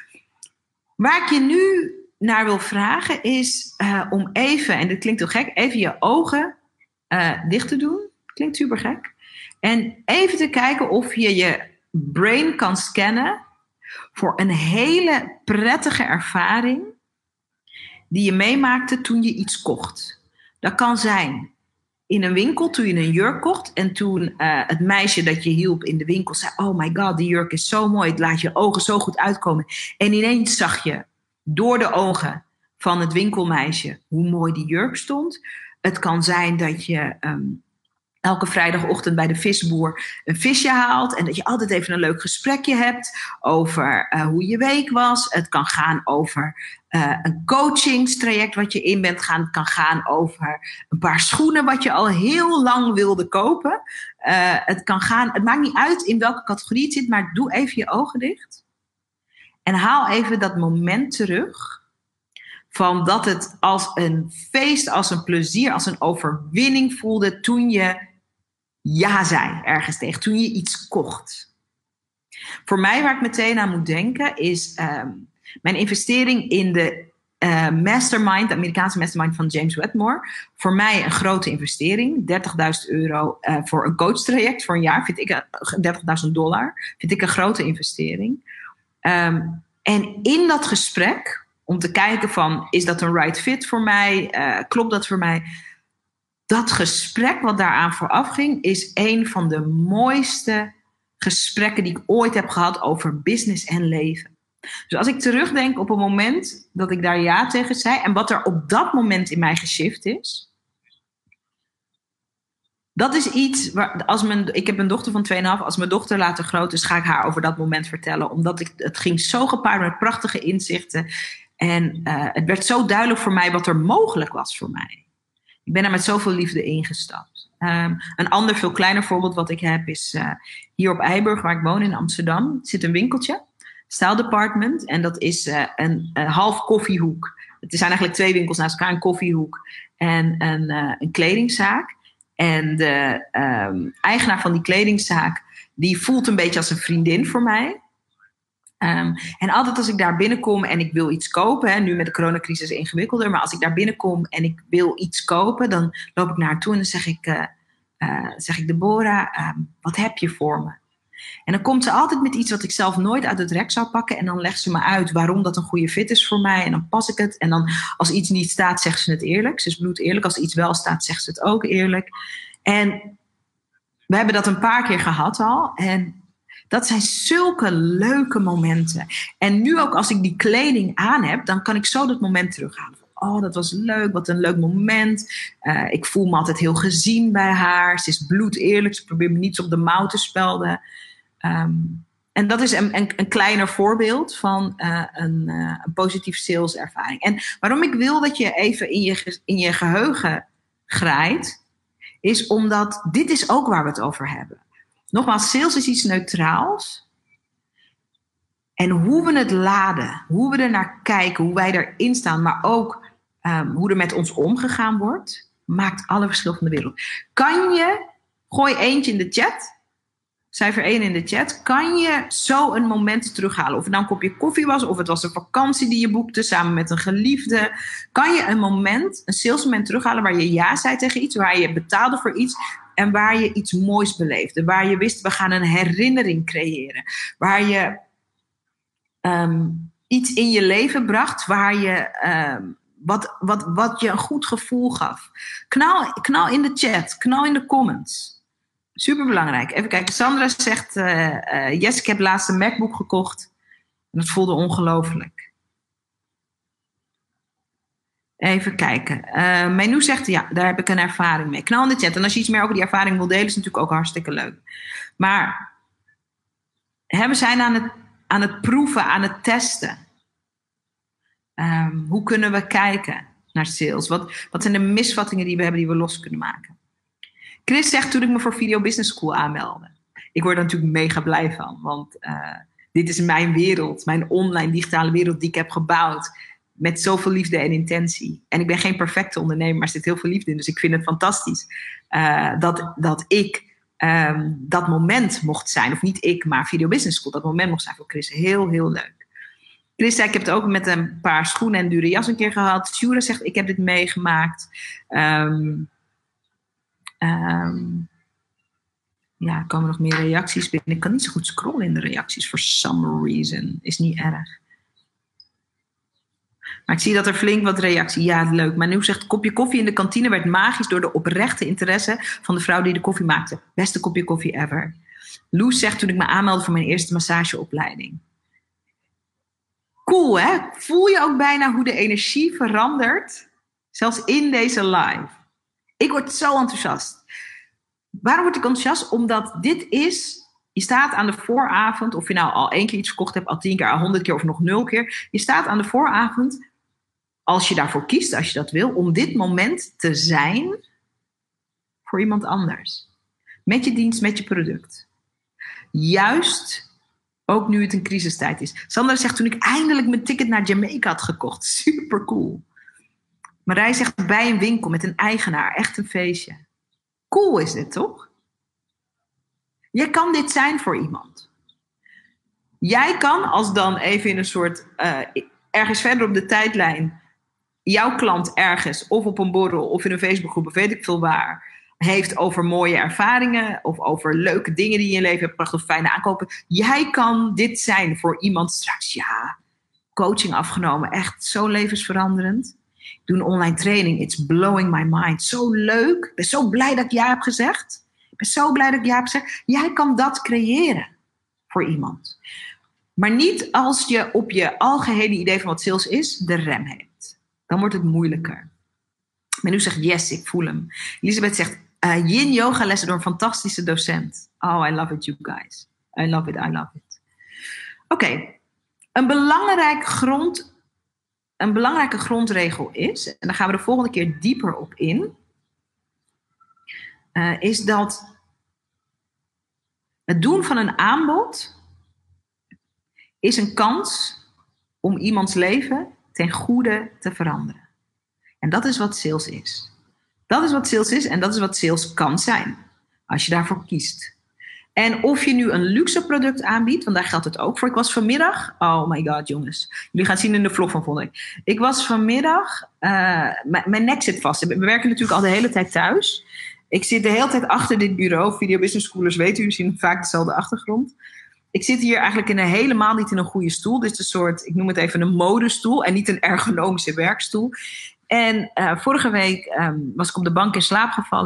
A: Waar ik je nu naar wil vragen is uh, om even, en dit klinkt heel gek, even je ogen uh, dicht te doen. Klinkt super gek. En even te kijken of je je brain kan scannen voor een hele prettige ervaring die je meemaakte toen je iets kocht. Dat kan zijn in een winkel toen je een jurk kocht en toen uh, het meisje dat je hielp in de winkel zei, oh my god, die jurk is zo mooi, het laat je ogen zo goed uitkomen. En ineens zag je door de ogen van het winkelmeisje hoe mooi die jurk stond. Het kan zijn dat je um, elke vrijdagochtend bij de visboer een visje haalt en dat je altijd even een leuk gesprekje hebt over uh, hoe je week was. Het kan gaan over uh, een coachingstraject wat je in bent gaan. Het kan gaan over een paar schoenen wat je al heel lang wilde kopen. Uh, het kan gaan, het maakt niet uit in welke categorie het zit, maar doe even je ogen dicht. En haal even dat moment terug van dat het als een feest, als een plezier, als een overwinning voelde toen je ja zei ergens tegen, toen je iets kocht. Voor mij waar ik meteen aan moet denken is um, mijn investering in de uh, mastermind, de Amerikaanse mastermind van James Wedmore. Voor mij een grote investering, dertigduizend euro uh, voor een coachtraject voor een jaar, vind ik uh, dertigduizend dollar, vind ik een grote investering. Um, en in dat gesprek, om te kijken van, is dat een right fit voor mij? Uh, klopt dat voor mij? Dat gesprek wat daaraan vooraf ging, is een van de mooiste gesprekken die ik ooit heb gehad over business en leven. Dus als ik terugdenk op een moment dat ik daar ja tegen zei en wat er op dat moment in mij geshift is. Dat is iets, waar, als mijn, ik heb een dochter van twee komma vijf. Als mijn dochter later groot is, ga ik haar over dat moment vertellen. Omdat ik, het ging zo gepaard met prachtige inzichten. En uh, het werd zo duidelijk voor mij wat er mogelijk was voor mij. Ik ben er met zoveel liefde ingestapt. Um, een ander, veel kleiner voorbeeld wat ik heb is uh, hier op Eiburg, waar ik woon in Amsterdam. Zit een winkeltje, Style Department. En dat is uh, een, een half koffiehoek. Het zijn eigenlijk twee winkels naast elkaar, een koffiehoek en een, uh, een kledingzaak. En de um, eigenaar van die kledingzaak, die voelt een beetje als een vriendin voor mij. Um, en altijd als ik daar binnenkom en ik wil iets kopen, hè, nu met de coronacrisis ingewikkelder, maar als ik daar binnenkom en ik wil iets kopen, dan loop ik naar haar toe en dan zeg ik, uh, uh, zeg ik Deborah, um, wat heb je voor me? En dan komt ze altijd met iets wat ik zelf nooit uit het rek zou pakken en dan legt ze me uit waarom dat een goede fit is voor mij en dan pas ik het. En dan als iets niet staat, zegt ze het eerlijk. Ze is bloed eerlijk. Als iets wel staat, zegt ze het ook eerlijk. En We hebben dat een paar keer gehad al. En dat zijn zulke leuke momenten. En nu ook als ik die kleding aan heb, dan kan ik zo dat moment terughalen. Oh, dat was leuk. Wat een leuk moment. Uh, ik voel me altijd heel gezien bij haar. Ze is bloedeerlijk. Ze probeert me niets op de mouw te spelden. Um, en dat is een, een, een kleiner voorbeeld van uh, een, uh, een positieve saleservaring. En waarom ik wil dat je even in je, in je geheugen grijpt, is omdat dit is ook waar we het over hebben. Nogmaals, sales is iets neutraals. En hoe we het laden, hoe we er naar kijken, hoe wij erin staan, maar ook um, hoe er met ons omgegaan wordt, maakt alle verschil van de wereld. Kan je, gooi eentje in de chat, cijfer één in de chat, kan je zo een moment terughalen? Of het nou een kopje koffie was, of het was een vakantie die je boekte samen met een geliefde. Kan je een moment, een salesmoment terughalen waar je ja zei tegen iets, waar je betaalde voor iets en waar je iets moois beleefde. Waar je wist, we gaan een herinnering creëren. Waar je um, iets in je leven bracht, waar je, um, wat, wat, wat je een goed gevoel gaf. Knal, knal in de chat, knal in de comments. Super belangrijk. Even kijken. Sandra zegt, uh, uh, yes, ik heb laatst een MacBook gekocht. En dat voelde ongelooflijk. Even kijken. Uh, Menu zegt, ja, daar heb ik een ervaring mee. Knal in de chat. En als je iets meer over die ervaring wil delen, is het natuurlijk ook hartstikke leuk. Maar hè, we zijn aan het, aan het proeven, aan het testen. Um, hoe kunnen we kijken naar sales? Wat, wat zijn de misvattingen die we hebben die we los kunnen maken? Chris zegt, toen ik me voor Video Business School aanmeldde. Ik word er natuurlijk mega blij van. Want uh, dit is mijn wereld. Mijn online digitale wereld die ik heb gebouwd. Met zoveel liefde en intentie. En ik ben geen perfecte ondernemer, maar er zit heel veel liefde in. Dus ik vind het fantastisch uh, dat, dat ik um, dat moment mocht zijn. Of niet ik, maar Video Business School. Dat moment mocht zijn voor Chris. Heel, heel leuk. Chris zei, ik heb het ook met een paar schoenen en dure jas een keer gehad. Shura zegt, ik heb dit meegemaakt. Um, um, ja, er komen nog meer reacties binnen. Ik kan niet zo goed scrollen in de reacties. For some reason. Is niet erg. Maar ik zie dat er flink wat reactie. Ja, leuk. Maar nu zegt, kopje koffie in de kantine werd magisch door de oprechte interesse van de vrouw die de koffie maakte. Beste kopje koffie ever. Loes zegt, toen ik me aanmeldde voor mijn eerste massageopleiding. Cool, hè? Voel je ook bijna hoe de energie verandert? Zelfs in deze live. Ik word zo enthousiast. Waarom word ik enthousiast? Omdat dit is... Je staat aan de vooravond, of je nou al één keer iets verkocht hebt, al tien keer, al honderd keer of nog nul keer. Je staat aan de vooravond, als je daarvoor kiest, als je dat wil, om dit moment te zijn voor iemand anders. Met je dienst, met je product. Juist, ook nu het een crisistijd is. Sandra zegt, toen ik eindelijk mijn ticket naar Jamaica had gekocht. Super cool. Marij zegt, bij een winkel met een eigenaar. Echt een feestje. Cool is dit, toch? Jij kan dit zijn voor iemand. Jij kan, als dan even in een soort... Uh, ergens verder op de tijdlijn... jouw klant ergens, of op een borrel... of in een Facebookgroep, of weet ik veel waar... heeft over mooie ervaringen... of over leuke dingen die je in je leven hebt gebracht... of fijne aankopen. Jij kan dit zijn voor iemand straks. Ja, coaching afgenomen. Echt zo levensveranderend. Ik doe een online training. It's blowing my mind. Zo leuk. Ik ben zo blij dat ik ja heb gezegd... Ik ben zo blij dat ik ja heb gezegd. Jij kan dat creëren voor iemand. Maar niet als je op je algehele idee van wat sales is, de rem hebt. Dan wordt het moeilijker. Menu zegt, yes, ik voel hem. Elisabeth zegt, uh, yin yoga lessen door een fantastische docent. Oh, I love it, you guys. I love it, I love it. Oké, okay. een, belangrijk grond, een belangrijke grondregel is, en daar gaan we de volgende keer dieper op in... Uh, is dat het doen van een aanbod is een kans om iemands leven ten goede te veranderen. En dat is wat sales is. Dat is wat sales is en dat is wat sales kan zijn. Als je daarvoor kiest. En of je nu een luxe product aanbiedt, want daar geldt het ook voor. Ik was vanmiddag, oh my god jongens. Jullie gaan het zien in de vlog van volgende week. Ik was vanmiddag, uh, m- mijn nek zit vast. We werken natuurlijk al de hele tijd thuis. Ik zit de hele tijd achter dit bureau. Video Business Schoolers weten jullie zien vaak dezelfde achtergrond. Ik zit hier eigenlijk in een helemaal niet in een goede stoel. Dit is een soort, ik noem het even een modestoel. En niet een ergonomische werkstoel. En uh, vorige week um, was ik op de bank in slaap gevallen.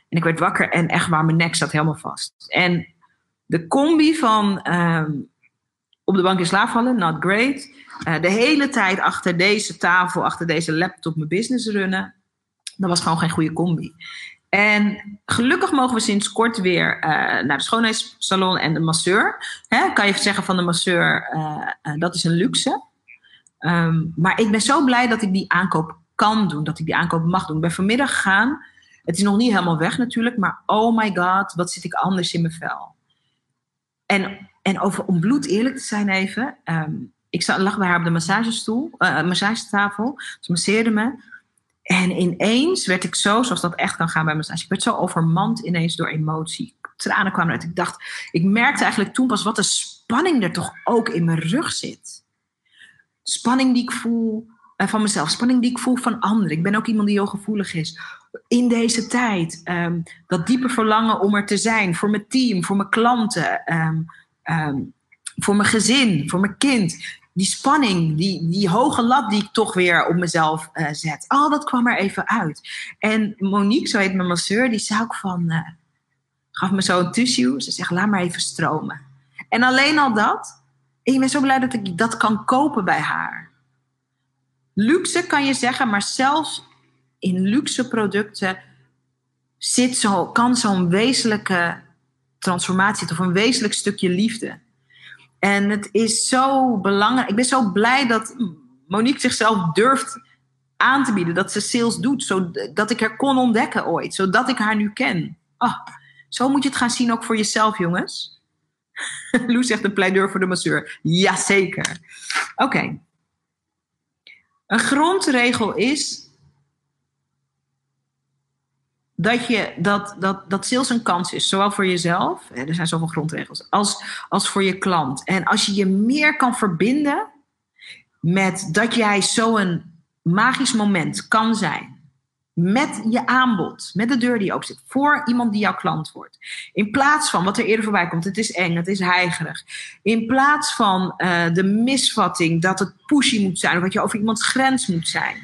A: En ik werd wakker en echt waar, mijn nek zat helemaal vast. En de combi van um, op de bank in slaap vallen, not great. Uh, de hele tijd achter deze tafel, achter deze laptop mijn business runnen. Dat was gewoon geen goede combi. En gelukkig mogen we sinds kort weer uh, naar de schoonheidssalon en de masseur. Hè, kan je zeggen van de masseur, uh, uh, dat is een luxe. Um, maar ik ben zo blij dat ik die aankoop kan doen. Dat ik die aankoop mag doen. Ik ben vanmiddag gegaan. Het is nog niet helemaal weg natuurlijk. Maar oh my god, wat zit ik anders in mijn vel. En, en over, om bloed eerlijk te zijn even. Um, ik zat, lag bij haar op de massagestoel, uh, massagetafel. Ze masseerde me. En ineens werd ik zo, zoals dat echt kan gaan bij massage. Ik werd zo overmand ineens door emotie. Tranen kwamen eruit. Ik dacht, ik merkte eigenlijk toen pas wat een spanning er toch ook in mijn rug zit. Spanning die ik voel uh, van mezelf. Spanning die ik voel van anderen. Ik ben ook iemand die heel gevoelig is. In deze tijd. Um, dat diepe verlangen om er te zijn. Voor mijn team, voor mijn klanten. Um, um, voor mijn gezin, voor mijn kind. Die spanning, die, die hoge lat die ik toch weer op mezelf uh, zet. Al dat kwam er even uit. En Monique, zo heet mijn masseur, die zei ook van... Uh, gaf me zo een tissue. Ze zegt, laat maar even stromen. En alleen al dat. En ik ben zo blij dat ik dat kan kopen bij haar. Luxe kan je zeggen, maar zelfs in luxe producten zit zo, kan zo'n wezenlijke transformatie zitten. Of een wezenlijk stukje liefde. En het is zo belangrijk. Ik ben zo blij dat Monique zichzelf durft aan te bieden. Dat ze sales doet. Zodat ik haar kon ontdekken ooit. Zodat ik haar nu ken. Oh, zo moet je het gaan zien ook voor jezelf, jongens. Lou zegt een pleideur voor de masseur. Jazeker. Oké. Okay. Een grondregel is... Dat, je, dat, dat, dat sales een kans is, zowel voor jezelf, er zijn zoveel grondregels, als, als voor je klant. En als je je meer kan verbinden met dat jij zo'n magisch moment kan zijn, met je aanbod, met de deur die open zit, voor iemand die jouw klant wordt. In plaats van wat er eerder voorbij komt, het is eng, het is heigerig. In plaats van uh, de misvatting dat het pushy moet zijn, of dat je over iemands grens moet zijn.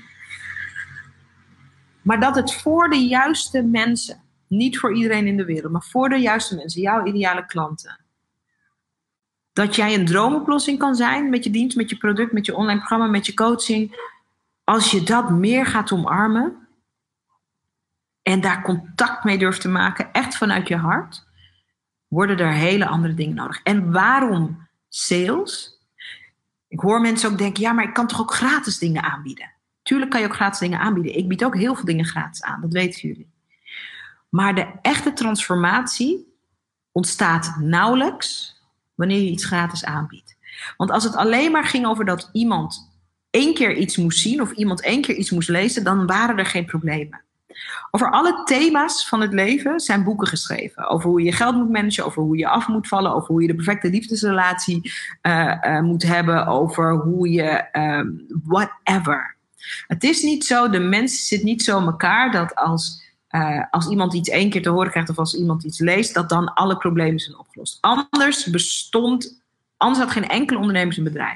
A: Maar dat het voor de juiste mensen, niet voor iedereen in de wereld, maar voor de juiste mensen, jouw ideale klanten. Dat jij een droomoplossing kan zijn met je dienst, met je product, met je online programma, met je coaching. Als je dat meer gaat omarmen en daar contact mee durft te maken, echt vanuit je hart, worden er hele andere dingen nodig. En waarom sales? Ik hoor mensen ook denken, ja, maar ik kan toch ook gratis dingen aanbieden? Tuurlijk kan je ook gratis dingen aanbieden. Ik bied ook heel veel dingen gratis aan, dat weten jullie. Maar de echte transformatie ontstaat nauwelijks wanneer je iets gratis aanbiedt. Want als het alleen maar ging over dat iemand één keer iets moest zien of iemand één keer iets moest lezen, dan waren er geen problemen. Over alle thema's van het leven zijn boeken geschreven. Over hoe je geld moet managen, over hoe je af moet vallen, over hoe je de perfecte liefdesrelatie uh, uh, moet hebben, over hoe je um, whatever. Het is niet zo, de mens zit niet zo in elkaar dat als, uh, als iemand iets één keer te horen krijgt of als iemand iets leest, dat dan alle problemen zijn opgelost. Anders bestond, anders had geen enkele ondernemer zijn bedrijf.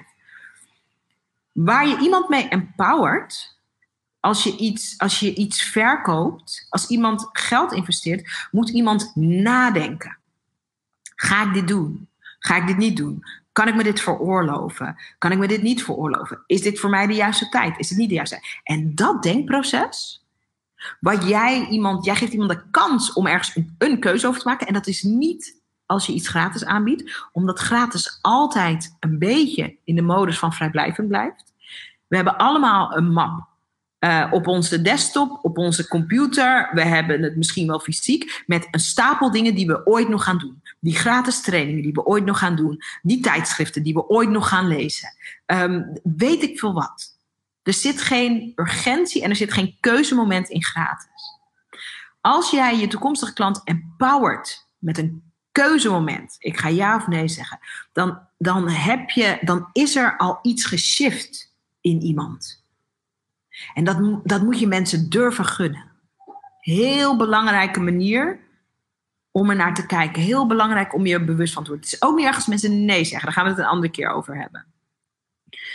A: Waar je iemand mee empowert, als je iets, als je iets verkoopt, als iemand geld investeert, moet iemand nadenken. Ga ik dit doen? Ga ik dit niet doen? Kan ik me dit veroorloven? Kan ik me dit niet veroorloven? Is dit voor mij de juiste tijd? Is het niet de juiste tijd? En dat denkproces, wat jij iemand, jij geeft iemand de kans om ergens een, een keuze over te maken. En dat is niet als je iets gratis aanbiedt, omdat gratis altijd een beetje in de modus van vrijblijvend blijft. We hebben allemaal een map. Uh, op onze desktop, op onze computer. We hebben het misschien wel fysiek. Met een stapel dingen die we ooit nog gaan doen. Die gratis trainingen die we ooit nog gaan doen. Die tijdschriften die we ooit nog gaan lezen. Um, weet ik veel wat. Er zit geen urgentie en er zit geen keuzemoment in gratis. Als jij je toekomstige klant empowert met een keuzemoment. Ik ga ja of nee zeggen. Dan, dan, heb je, dan is er al iets geshift in iemand. En dat, dat moet je mensen durven gunnen. Heel belangrijke manier om er naar te kijken. Heel belangrijk om je bewust van te worden. Het is ook niet erg als mensen nee zeggen. Daar gaan we het een andere keer over hebben.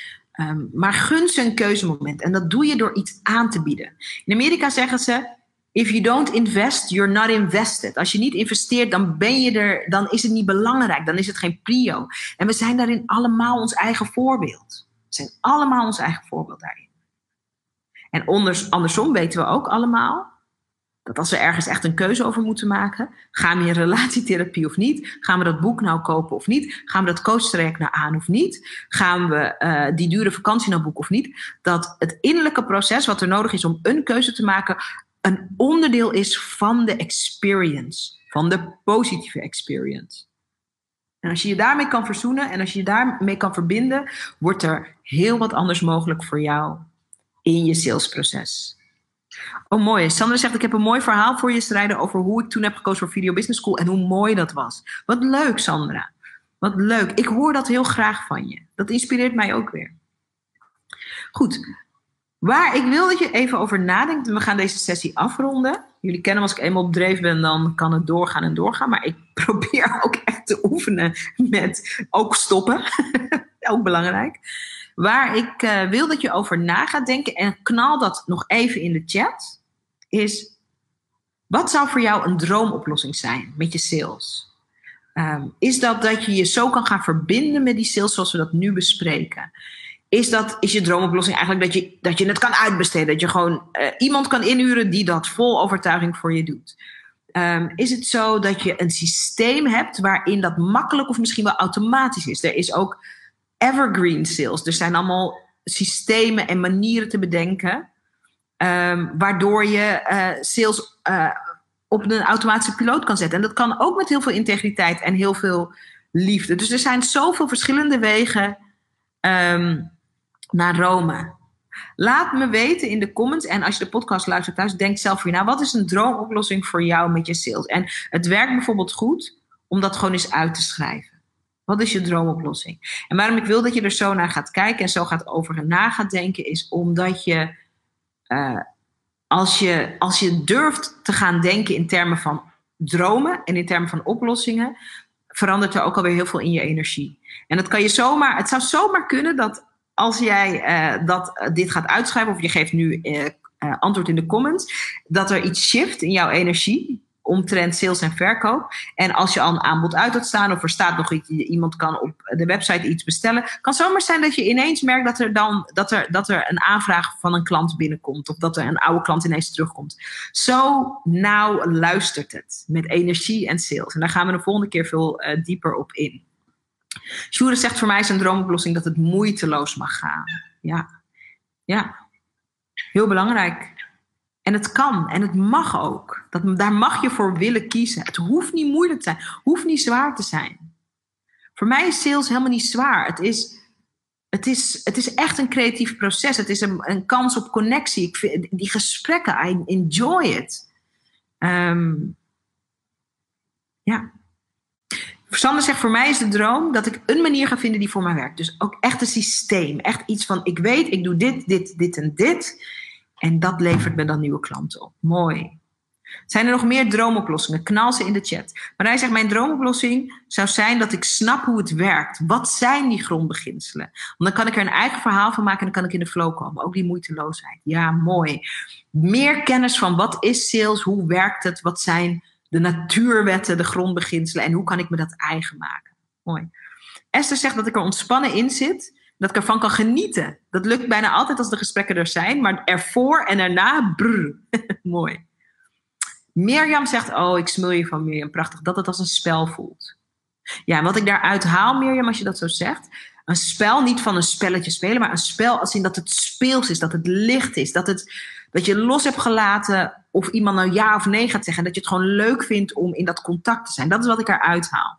A: Um, maar gun ze een keuzemoment. En dat doe je door iets aan te bieden. In Amerika zeggen ze, If you don't invest, you're not invested. Als je niet investeert, dan ben je er, dan is het niet belangrijk. Dan is het geen prio. En we zijn daarin allemaal ons eigen voorbeeld. We zijn allemaal ons eigen voorbeeld daarin. En onders, andersom weten we ook allemaal dat als we ergens echt een keuze over moeten maken, gaan we in relatietherapie of niet? Gaan we dat boek nou kopen of niet? Gaan we dat coachtraject nou aan of niet? Gaan we uh, die dure vakantie nou boeken of niet? Dat het innerlijke proces wat er nodig is om een keuze te maken een onderdeel is van de experience. Van de positieve experience. En als je je daarmee kan verzoenen en als je je daarmee kan verbinden, wordt er heel wat anders mogelijk voor jou in je salesproces. Oh, mooi. Sandra zegt, ik heb een mooi verhaal voor je strijden over hoe ik toen heb gekozen voor Video Business School en hoe mooi dat was. Wat leuk, Sandra. Wat leuk. Ik hoor dat heel graag van je. Dat inspireert mij ook weer. Goed. Waar ik wil dat je even over nadenkt, en we gaan deze sessie afronden. Jullie kennen, als ik eenmaal op dreef ben, dan kan het doorgaan en doorgaan. Maar ik probeer ook echt te oefenen met ook stoppen. Ook belangrijk. Waar ik uh, wil dat je over na gaat denken, en knal dat nog even in de chat, is: wat zou voor jou een droomoplossing zijn met je sales? Um, is dat dat je je zo kan gaan verbinden met die sales zoals we dat nu bespreken? Is dat, is je droomoplossing eigenlijk dat je, dat je het kan uitbesteden? Dat je gewoon uh, iemand kan inhuren die dat vol overtuiging voor je doet? Um, is het zo dat je een systeem hebt waarin dat makkelijk of misschien wel automatisch is? Er is ook evergreen sales. Er zijn allemaal systemen en manieren te bedenken um, waardoor je uh, sales uh, op een automatische piloot kan zetten. En dat kan ook met heel veel integriteit en heel veel liefde. Dus er zijn zoveel verschillende wegen um, naar Rome. Laat me weten in de comments. En als je de podcast luistert thuis, denk zelf weer na. Wat is een droomoplossing voor jou met je sales? En het werkt bijvoorbeeld goed om dat gewoon eens uit te schrijven. Wat is je droomoplossing? En waarom ik wil dat je er zo naar gaat kijken en zo gaat over en na gaat denken, is omdat je, uh, als je, als je durft te gaan denken in termen van dromen en in termen van oplossingen, verandert er ook alweer heel veel in je energie. En dat kan je zomaar, het zou zomaar kunnen dat als jij uh, dat, uh, dit gaat uitschrijven, of je geeft nu uh, uh, antwoord in de comments, dat er iets shift in jouw energie omtrent sales en verkoop. En als je al een aanbod uit had staan, of er staat nog iets, iemand kan op de website iets bestellen, kan zomaar zijn dat je ineens merkt dat er dan dat er, dat er een aanvraag van een klant binnenkomt, of dat er een oude klant ineens terugkomt. Zo nauw luistert het met energie en sales. En daar gaan we de volgende keer veel uh, dieper op in. Sjoerd zegt, voor mij is een droomoplossing dat het moeiteloos mag gaan. Ja, ja. Heel belangrijk. En het kan en het mag ook. Dat, daar mag je voor willen kiezen. Het hoeft niet moeilijk te zijn. Het hoeft niet zwaar te zijn. Voor mij is sales helemaal niet zwaar. Het is, het is, het is echt een creatief proces. Het is een, een kans op connectie. Ik vind, die gesprekken, I enjoy it. Um, ja. Sander zegt, voor mij is de droom dat ik een manier ga vinden die voor mij werkt. Dus ook echt een systeem. Echt iets van, ik weet, ik doe dit, dit, dit en dit. En dat levert me dan nieuwe klanten op. Mooi. Zijn er nog meer droomoplossingen? Knal ze in de chat. Maar hij zegt, mijn droomoplossing zou zijn dat ik snap hoe het werkt. Wat zijn die grondbeginselen? Want dan kan ik er een eigen verhaal van maken en dan kan ik in de flow komen. Ook die moeiteloosheid. Ja, mooi. Meer kennis van wat is sales? Hoe werkt het? Wat zijn de natuurwetten, de grondbeginselen? En hoe kan ik me dat eigen maken? Mooi. Esther zegt dat ik er ontspannen in zit. Dat ik ervan kan genieten. Dat lukt bijna altijd als de gesprekken er zijn. Maar ervoor en erna, brrr. Mooi. Mirjam zegt, oh, ik smul je van Mirjam. Prachtig, dat het als een spel voelt. Ja, en wat ik daaruit haal, Mirjam, als je dat zo zegt. Een spel, niet van een spelletje spelen, maar een spel als in dat het speels is. Dat het licht is. Dat, het, dat je los hebt gelaten of iemand nou ja of nee gaat zeggen. En dat je het gewoon leuk vindt om in dat contact te zijn. Dat is wat ik eruit haal.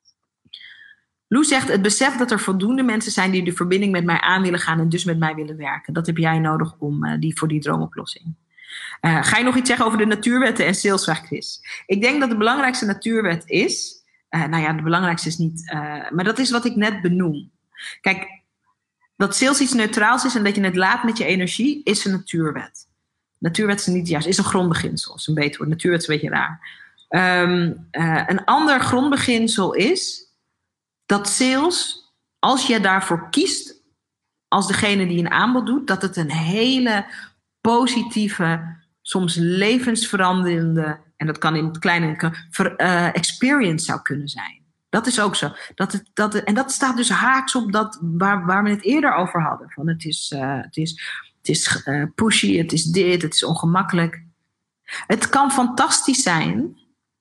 A: Lou zegt, het besef dat er voldoende mensen zijn die de verbinding met mij aan willen gaan en dus met mij willen werken. Dat heb jij nodig om, uh, die, voor die droomoplossing. Uh, ga je nog iets zeggen over de natuurwetten en sales, vraagt Chris. Ik denk dat de belangrijkste natuurwet is, uh, nou ja, de belangrijkste is niet, uh, maar dat is wat ik net benoem. Kijk, dat sales iets neutraals is en dat je het laat met je energie, is een natuurwet. Natuurwet is niet juist, is een grondbeginsel, is een beter woord. Natuurwet is een beetje raar. Um, uh, een ander grondbeginsel is dat sales, als je daarvoor kiest, als degene die een aanbod doet, dat het een hele positieve, soms levensveranderende, en dat kan in het kleine, uh, experience zou kunnen zijn. Dat is ook zo. Dat het, dat het, en dat staat dus haaks op dat waar, waar we het eerder over hadden. Van het is, uh, het is, het is uh, pushy, het is dit, het is ongemakkelijk. Het kan fantastisch zijn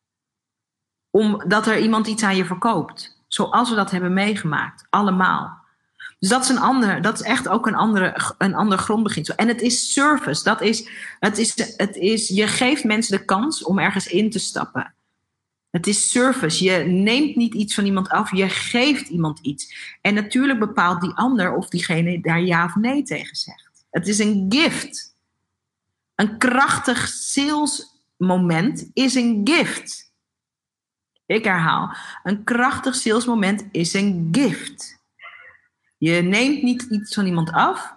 A: omdat er iemand iets aan je verkoopt. Zoals we dat hebben meegemaakt. Allemaal. Dus dat is een ander, dat is echt ook een andere, een ander grondbeginsel. En het is service. Dat is, het is, het is, je geeft mensen de kans om ergens in te stappen. Het is service. Je neemt niet iets van iemand af. Je geeft iemand iets. En natuurlijk bepaalt die ander of diegene daar ja of nee tegen zegt. Het is een gift. Een krachtig salesmoment is een gift. Ik herhaal. Een krachtig salesmoment is een gift. Je neemt niet iets van iemand af.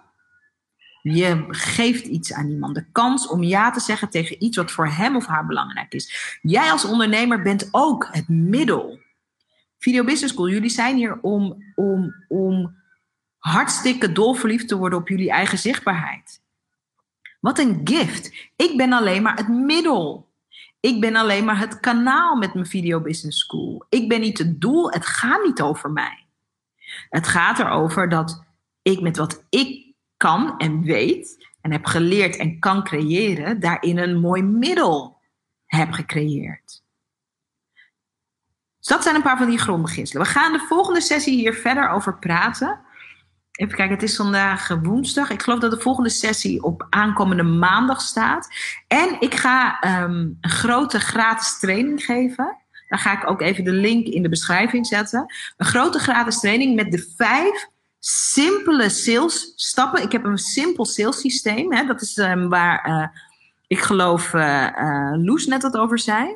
A: Je geeft iets aan iemand. De kans om ja te zeggen tegen iets wat voor hem of haar belangrijk is. Jij als ondernemer bent ook het middel. Video Business School, jullie zijn hier om, om, om hartstikke dolverliefd te worden op jullie eigen zichtbaarheid. Wat een gift. Ik ben alleen maar het middel. Ik ben alleen maar het kanaal met mijn Video Business School. Ik ben niet het doel. Het gaat niet over mij. Het gaat erover dat ik met wat ik kan en weet en heb geleerd en kan creëren, daarin een mooi middel heb gecreëerd. Dus dat zijn een paar van die grondbeginselen. We gaan de volgende sessie hier verder over praten. Even kijken, het is vandaag woensdag. Ik geloof dat de volgende sessie op aankomende maandag staat. En ik ga um, een grote gratis training geven. Daar ga ik ook even de link in de beschrijving zetten. Een grote gratis training met de vijf simpele sales stappen. Ik heb een simpel sales systeem. Hè. Dat is um, waar uh, ik geloof uh, uh, Loes net wat over zei.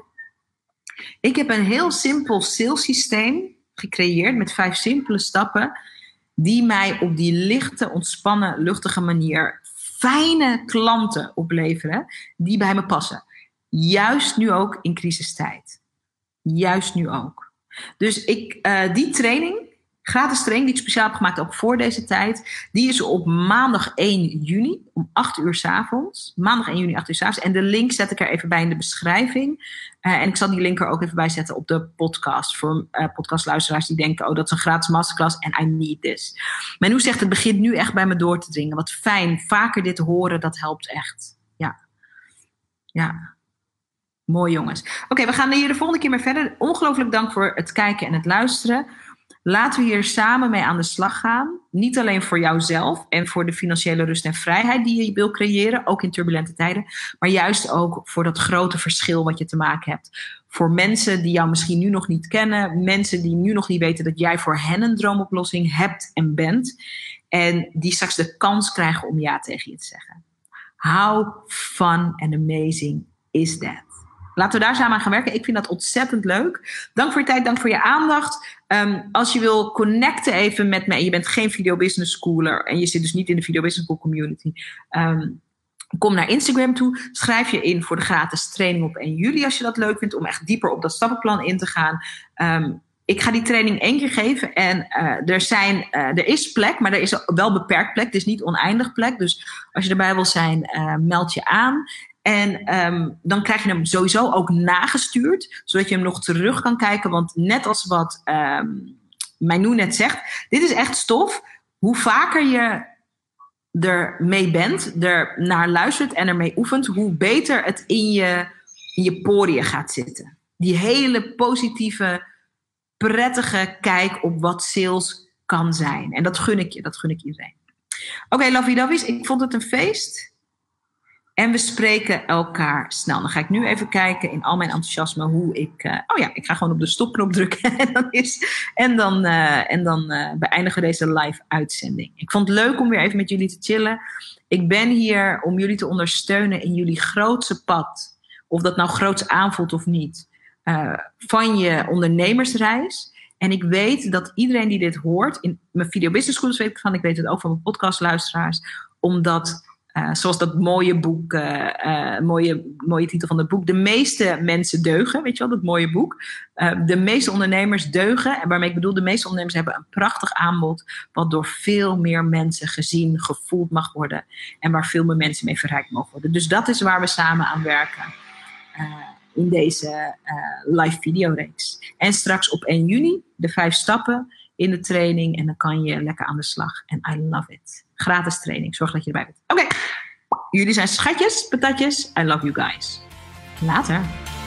A: Ik heb een heel simpel sales systeem gecreëerd met vijf simpele stappen die mij op die lichte, ontspannen, luchtige manier fijne klanten opleveren die bij me passen. Juist nu ook in crisistijd. Juist nu ook. Dus ik, uh, die training, gratis training die ik speciaal heb gemaakt ook voor deze tijd, die is op maandag één juni om acht uur 's avonds. Maandag één juni acht uur 's avonds. En de link zet ik er even bij in de beschrijving. Uh, en ik zal die link er ook even bij zetten op de podcast. Voor uh, podcastluisteraars die denken, oh dat is een gratis masterclass en I need this. Maar hoe zegt het begint nu echt bij me door te dringen. Wat fijn, vaker dit te horen, dat helpt echt. Ja. Ja. Mooi jongens. Oké, okay, we gaan hier de volgende keer mee verder. Ongelooflijk dank voor het kijken en het luisteren. Laten we hier samen mee aan de slag gaan. Niet alleen voor jouzelf en voor de financiële rust en vrijheid die je wil creëren, ook in turbulente tijden, maar juist ook voor dat grote verschil wat je te maken hebt. Voor mensen die jou misschien nu nog niet kennen, mensen die nu nog niet weten dat jij voor hen een droomoplossing hebt en bent, en die straks de kans krijgen om ja tegen je te zeggen. How fun and amazing is that? Laten we daar samen aan gaan werken. Ik vind dat ontzettend leuk. Dank voor je tijd, dank voor je aandacht. Um, als je wil connecten even met me en je bent geen Video Business Schooler en je zit dus niet in de Video Business School community, um, kom naar Instagram toe. Schrijf je in voor de gratis training op één juli als je dat leuk vindt, om echt dieper op dat stappenplan in te gaan. Um, ik ga die training één keer geven en uh, er, zijn, uh, er is plek, maar er is wel beperkt plek. Het is niet oneindig plek. Dus als je erbij wil zijn, uh, meld je aan. En um, dan krijg je hem sowieso ook nagestuurd, zodat je hem nog terug kan kijken. Want net als wat um, Mijnoe net zegt, dit is echt stof. Hoe vaker je ermee bent, er naar luistert en ermee oefent, hoe beter het in je, in je poriën gaat zitten. Die hele positieve, prettige kijk op wat sales kan zijn. En dat gun ik je, dat gun ik iedereen. Oké, okay, lovey dovies, ik vond het een feest. En we spreken elkaar snel. Dan ga ik nu even kijken in al mijn enthousiasme hoe ik... Uh, oh ja, ik ga gewoon op de stopknop drukken. en dan, is, en dan, uh, en dan uh, beëindigen we deze live uitzending. Ik vond het leuk om weer even met jullie te chillen. Ik ben hier om jullie te ondersteunen in jullie grootste pad. Of dat nou groots aanvoelt of niet. Uh, van je ondernemersreis. En ik weet dat iedereen die dit hoort... In mijn Video Business Schools weet ik van. Ik weet het ook van mijn podcastluisteraars. Omdat... Uh, zoals dat mooie boek, uh, uh, mooie, mooie titel van het boek. De meeste mensen deugen, weet je wel, dat mooie boek. Uh, de meeste ondernemers deugen. En waarmee ik bedoel, de meeste ondernemers hebben een prachtig aanbod. Wat door veel meer mensen gezien, gevoeld mag worden. En waar veel meer mensen mee verrijkt mogen worden. Dus dat is waar we samen aan werken. Uh, in deze uh, live videoreeks. En straks op één juni de vijf stappen in de training. En dan kan je lekker aan de slag. En I love it. Gratis training. Zorg dat je erbij bent. Oké. Okay. Jullie zijn schatjes, patatjes. I love you guys. Later.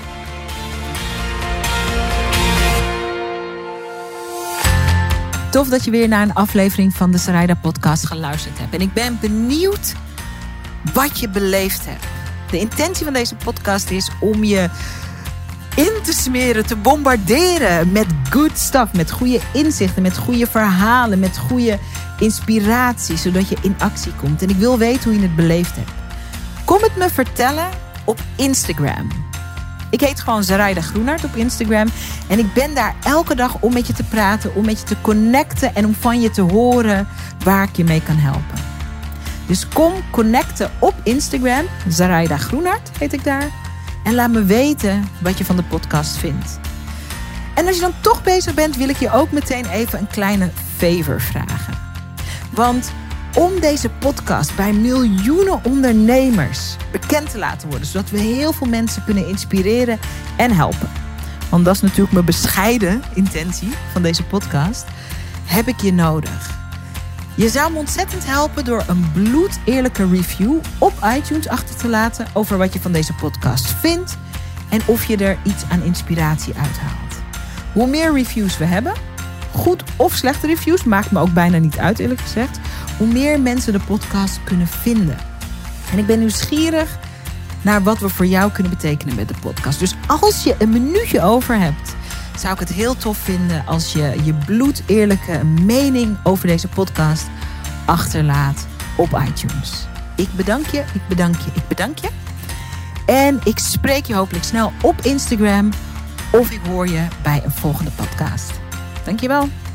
B: Tof dat je weer naar een aflevering van de Sarayda podcast geluisterd hebt. En ik ben benieuwd wat je beleefd hebt. De intentie van deze podcast is om je in te smeren, te bombarderen met good stuff. Met goede inzichten, met goede verhalen, met goede inspiratie. Zodat je in actie komt. En ik wil weten hoe je het beleefd hebt. Kom het me vertellen op Instagram. Ik heet gewoon Sarayda Groenhart op Instagram. En ik ben daar elke dag om met je te praten, om met je te connecten en om van je te horen waar ik je mee kan helpen. Dus kom connecten op Instagram. Sarayda Groenhart heet ik daar. En laat me weten wat je van de podcast vindt. En als je dan toch bezig bent, wil ik je ook meteen even een kleine favor vragen. Want om deze podcast bij miljoenen ondernemers bekend te laten worden, zodat we heel veel mensen kunnen inspireren en helpen. Want dat is natuurlijk mijn bescheiden intentie van deze podcast. Heb ik je nodig. Je zou me ontzettend helpen door een bloedeerlijke review op iTunes achter te laten over wat je van deze podcast vindt en of je er iets aan inspiratie uithaalt. Hoe meer reviews we hebben, goed of slechte reviews, maakt me ook bijna niet uit eerlijk gezegd, hoe meer mensen de podcast kunnen vinden. En ik ben nieuwsgierig naar wat we voor jou kunnen betekenen met de podcast. Dus als je een minuutje over hebt, zou ik het heel tof vinden als je je bloedeerlijke mening over deze podcast achterlaat op iTunes. Ik bedank je, ik bedank je, ik bedank je. En ik spreek je hopelijk snel op Instagram of ik hoor je bij een volgende podcast. Dankjewel.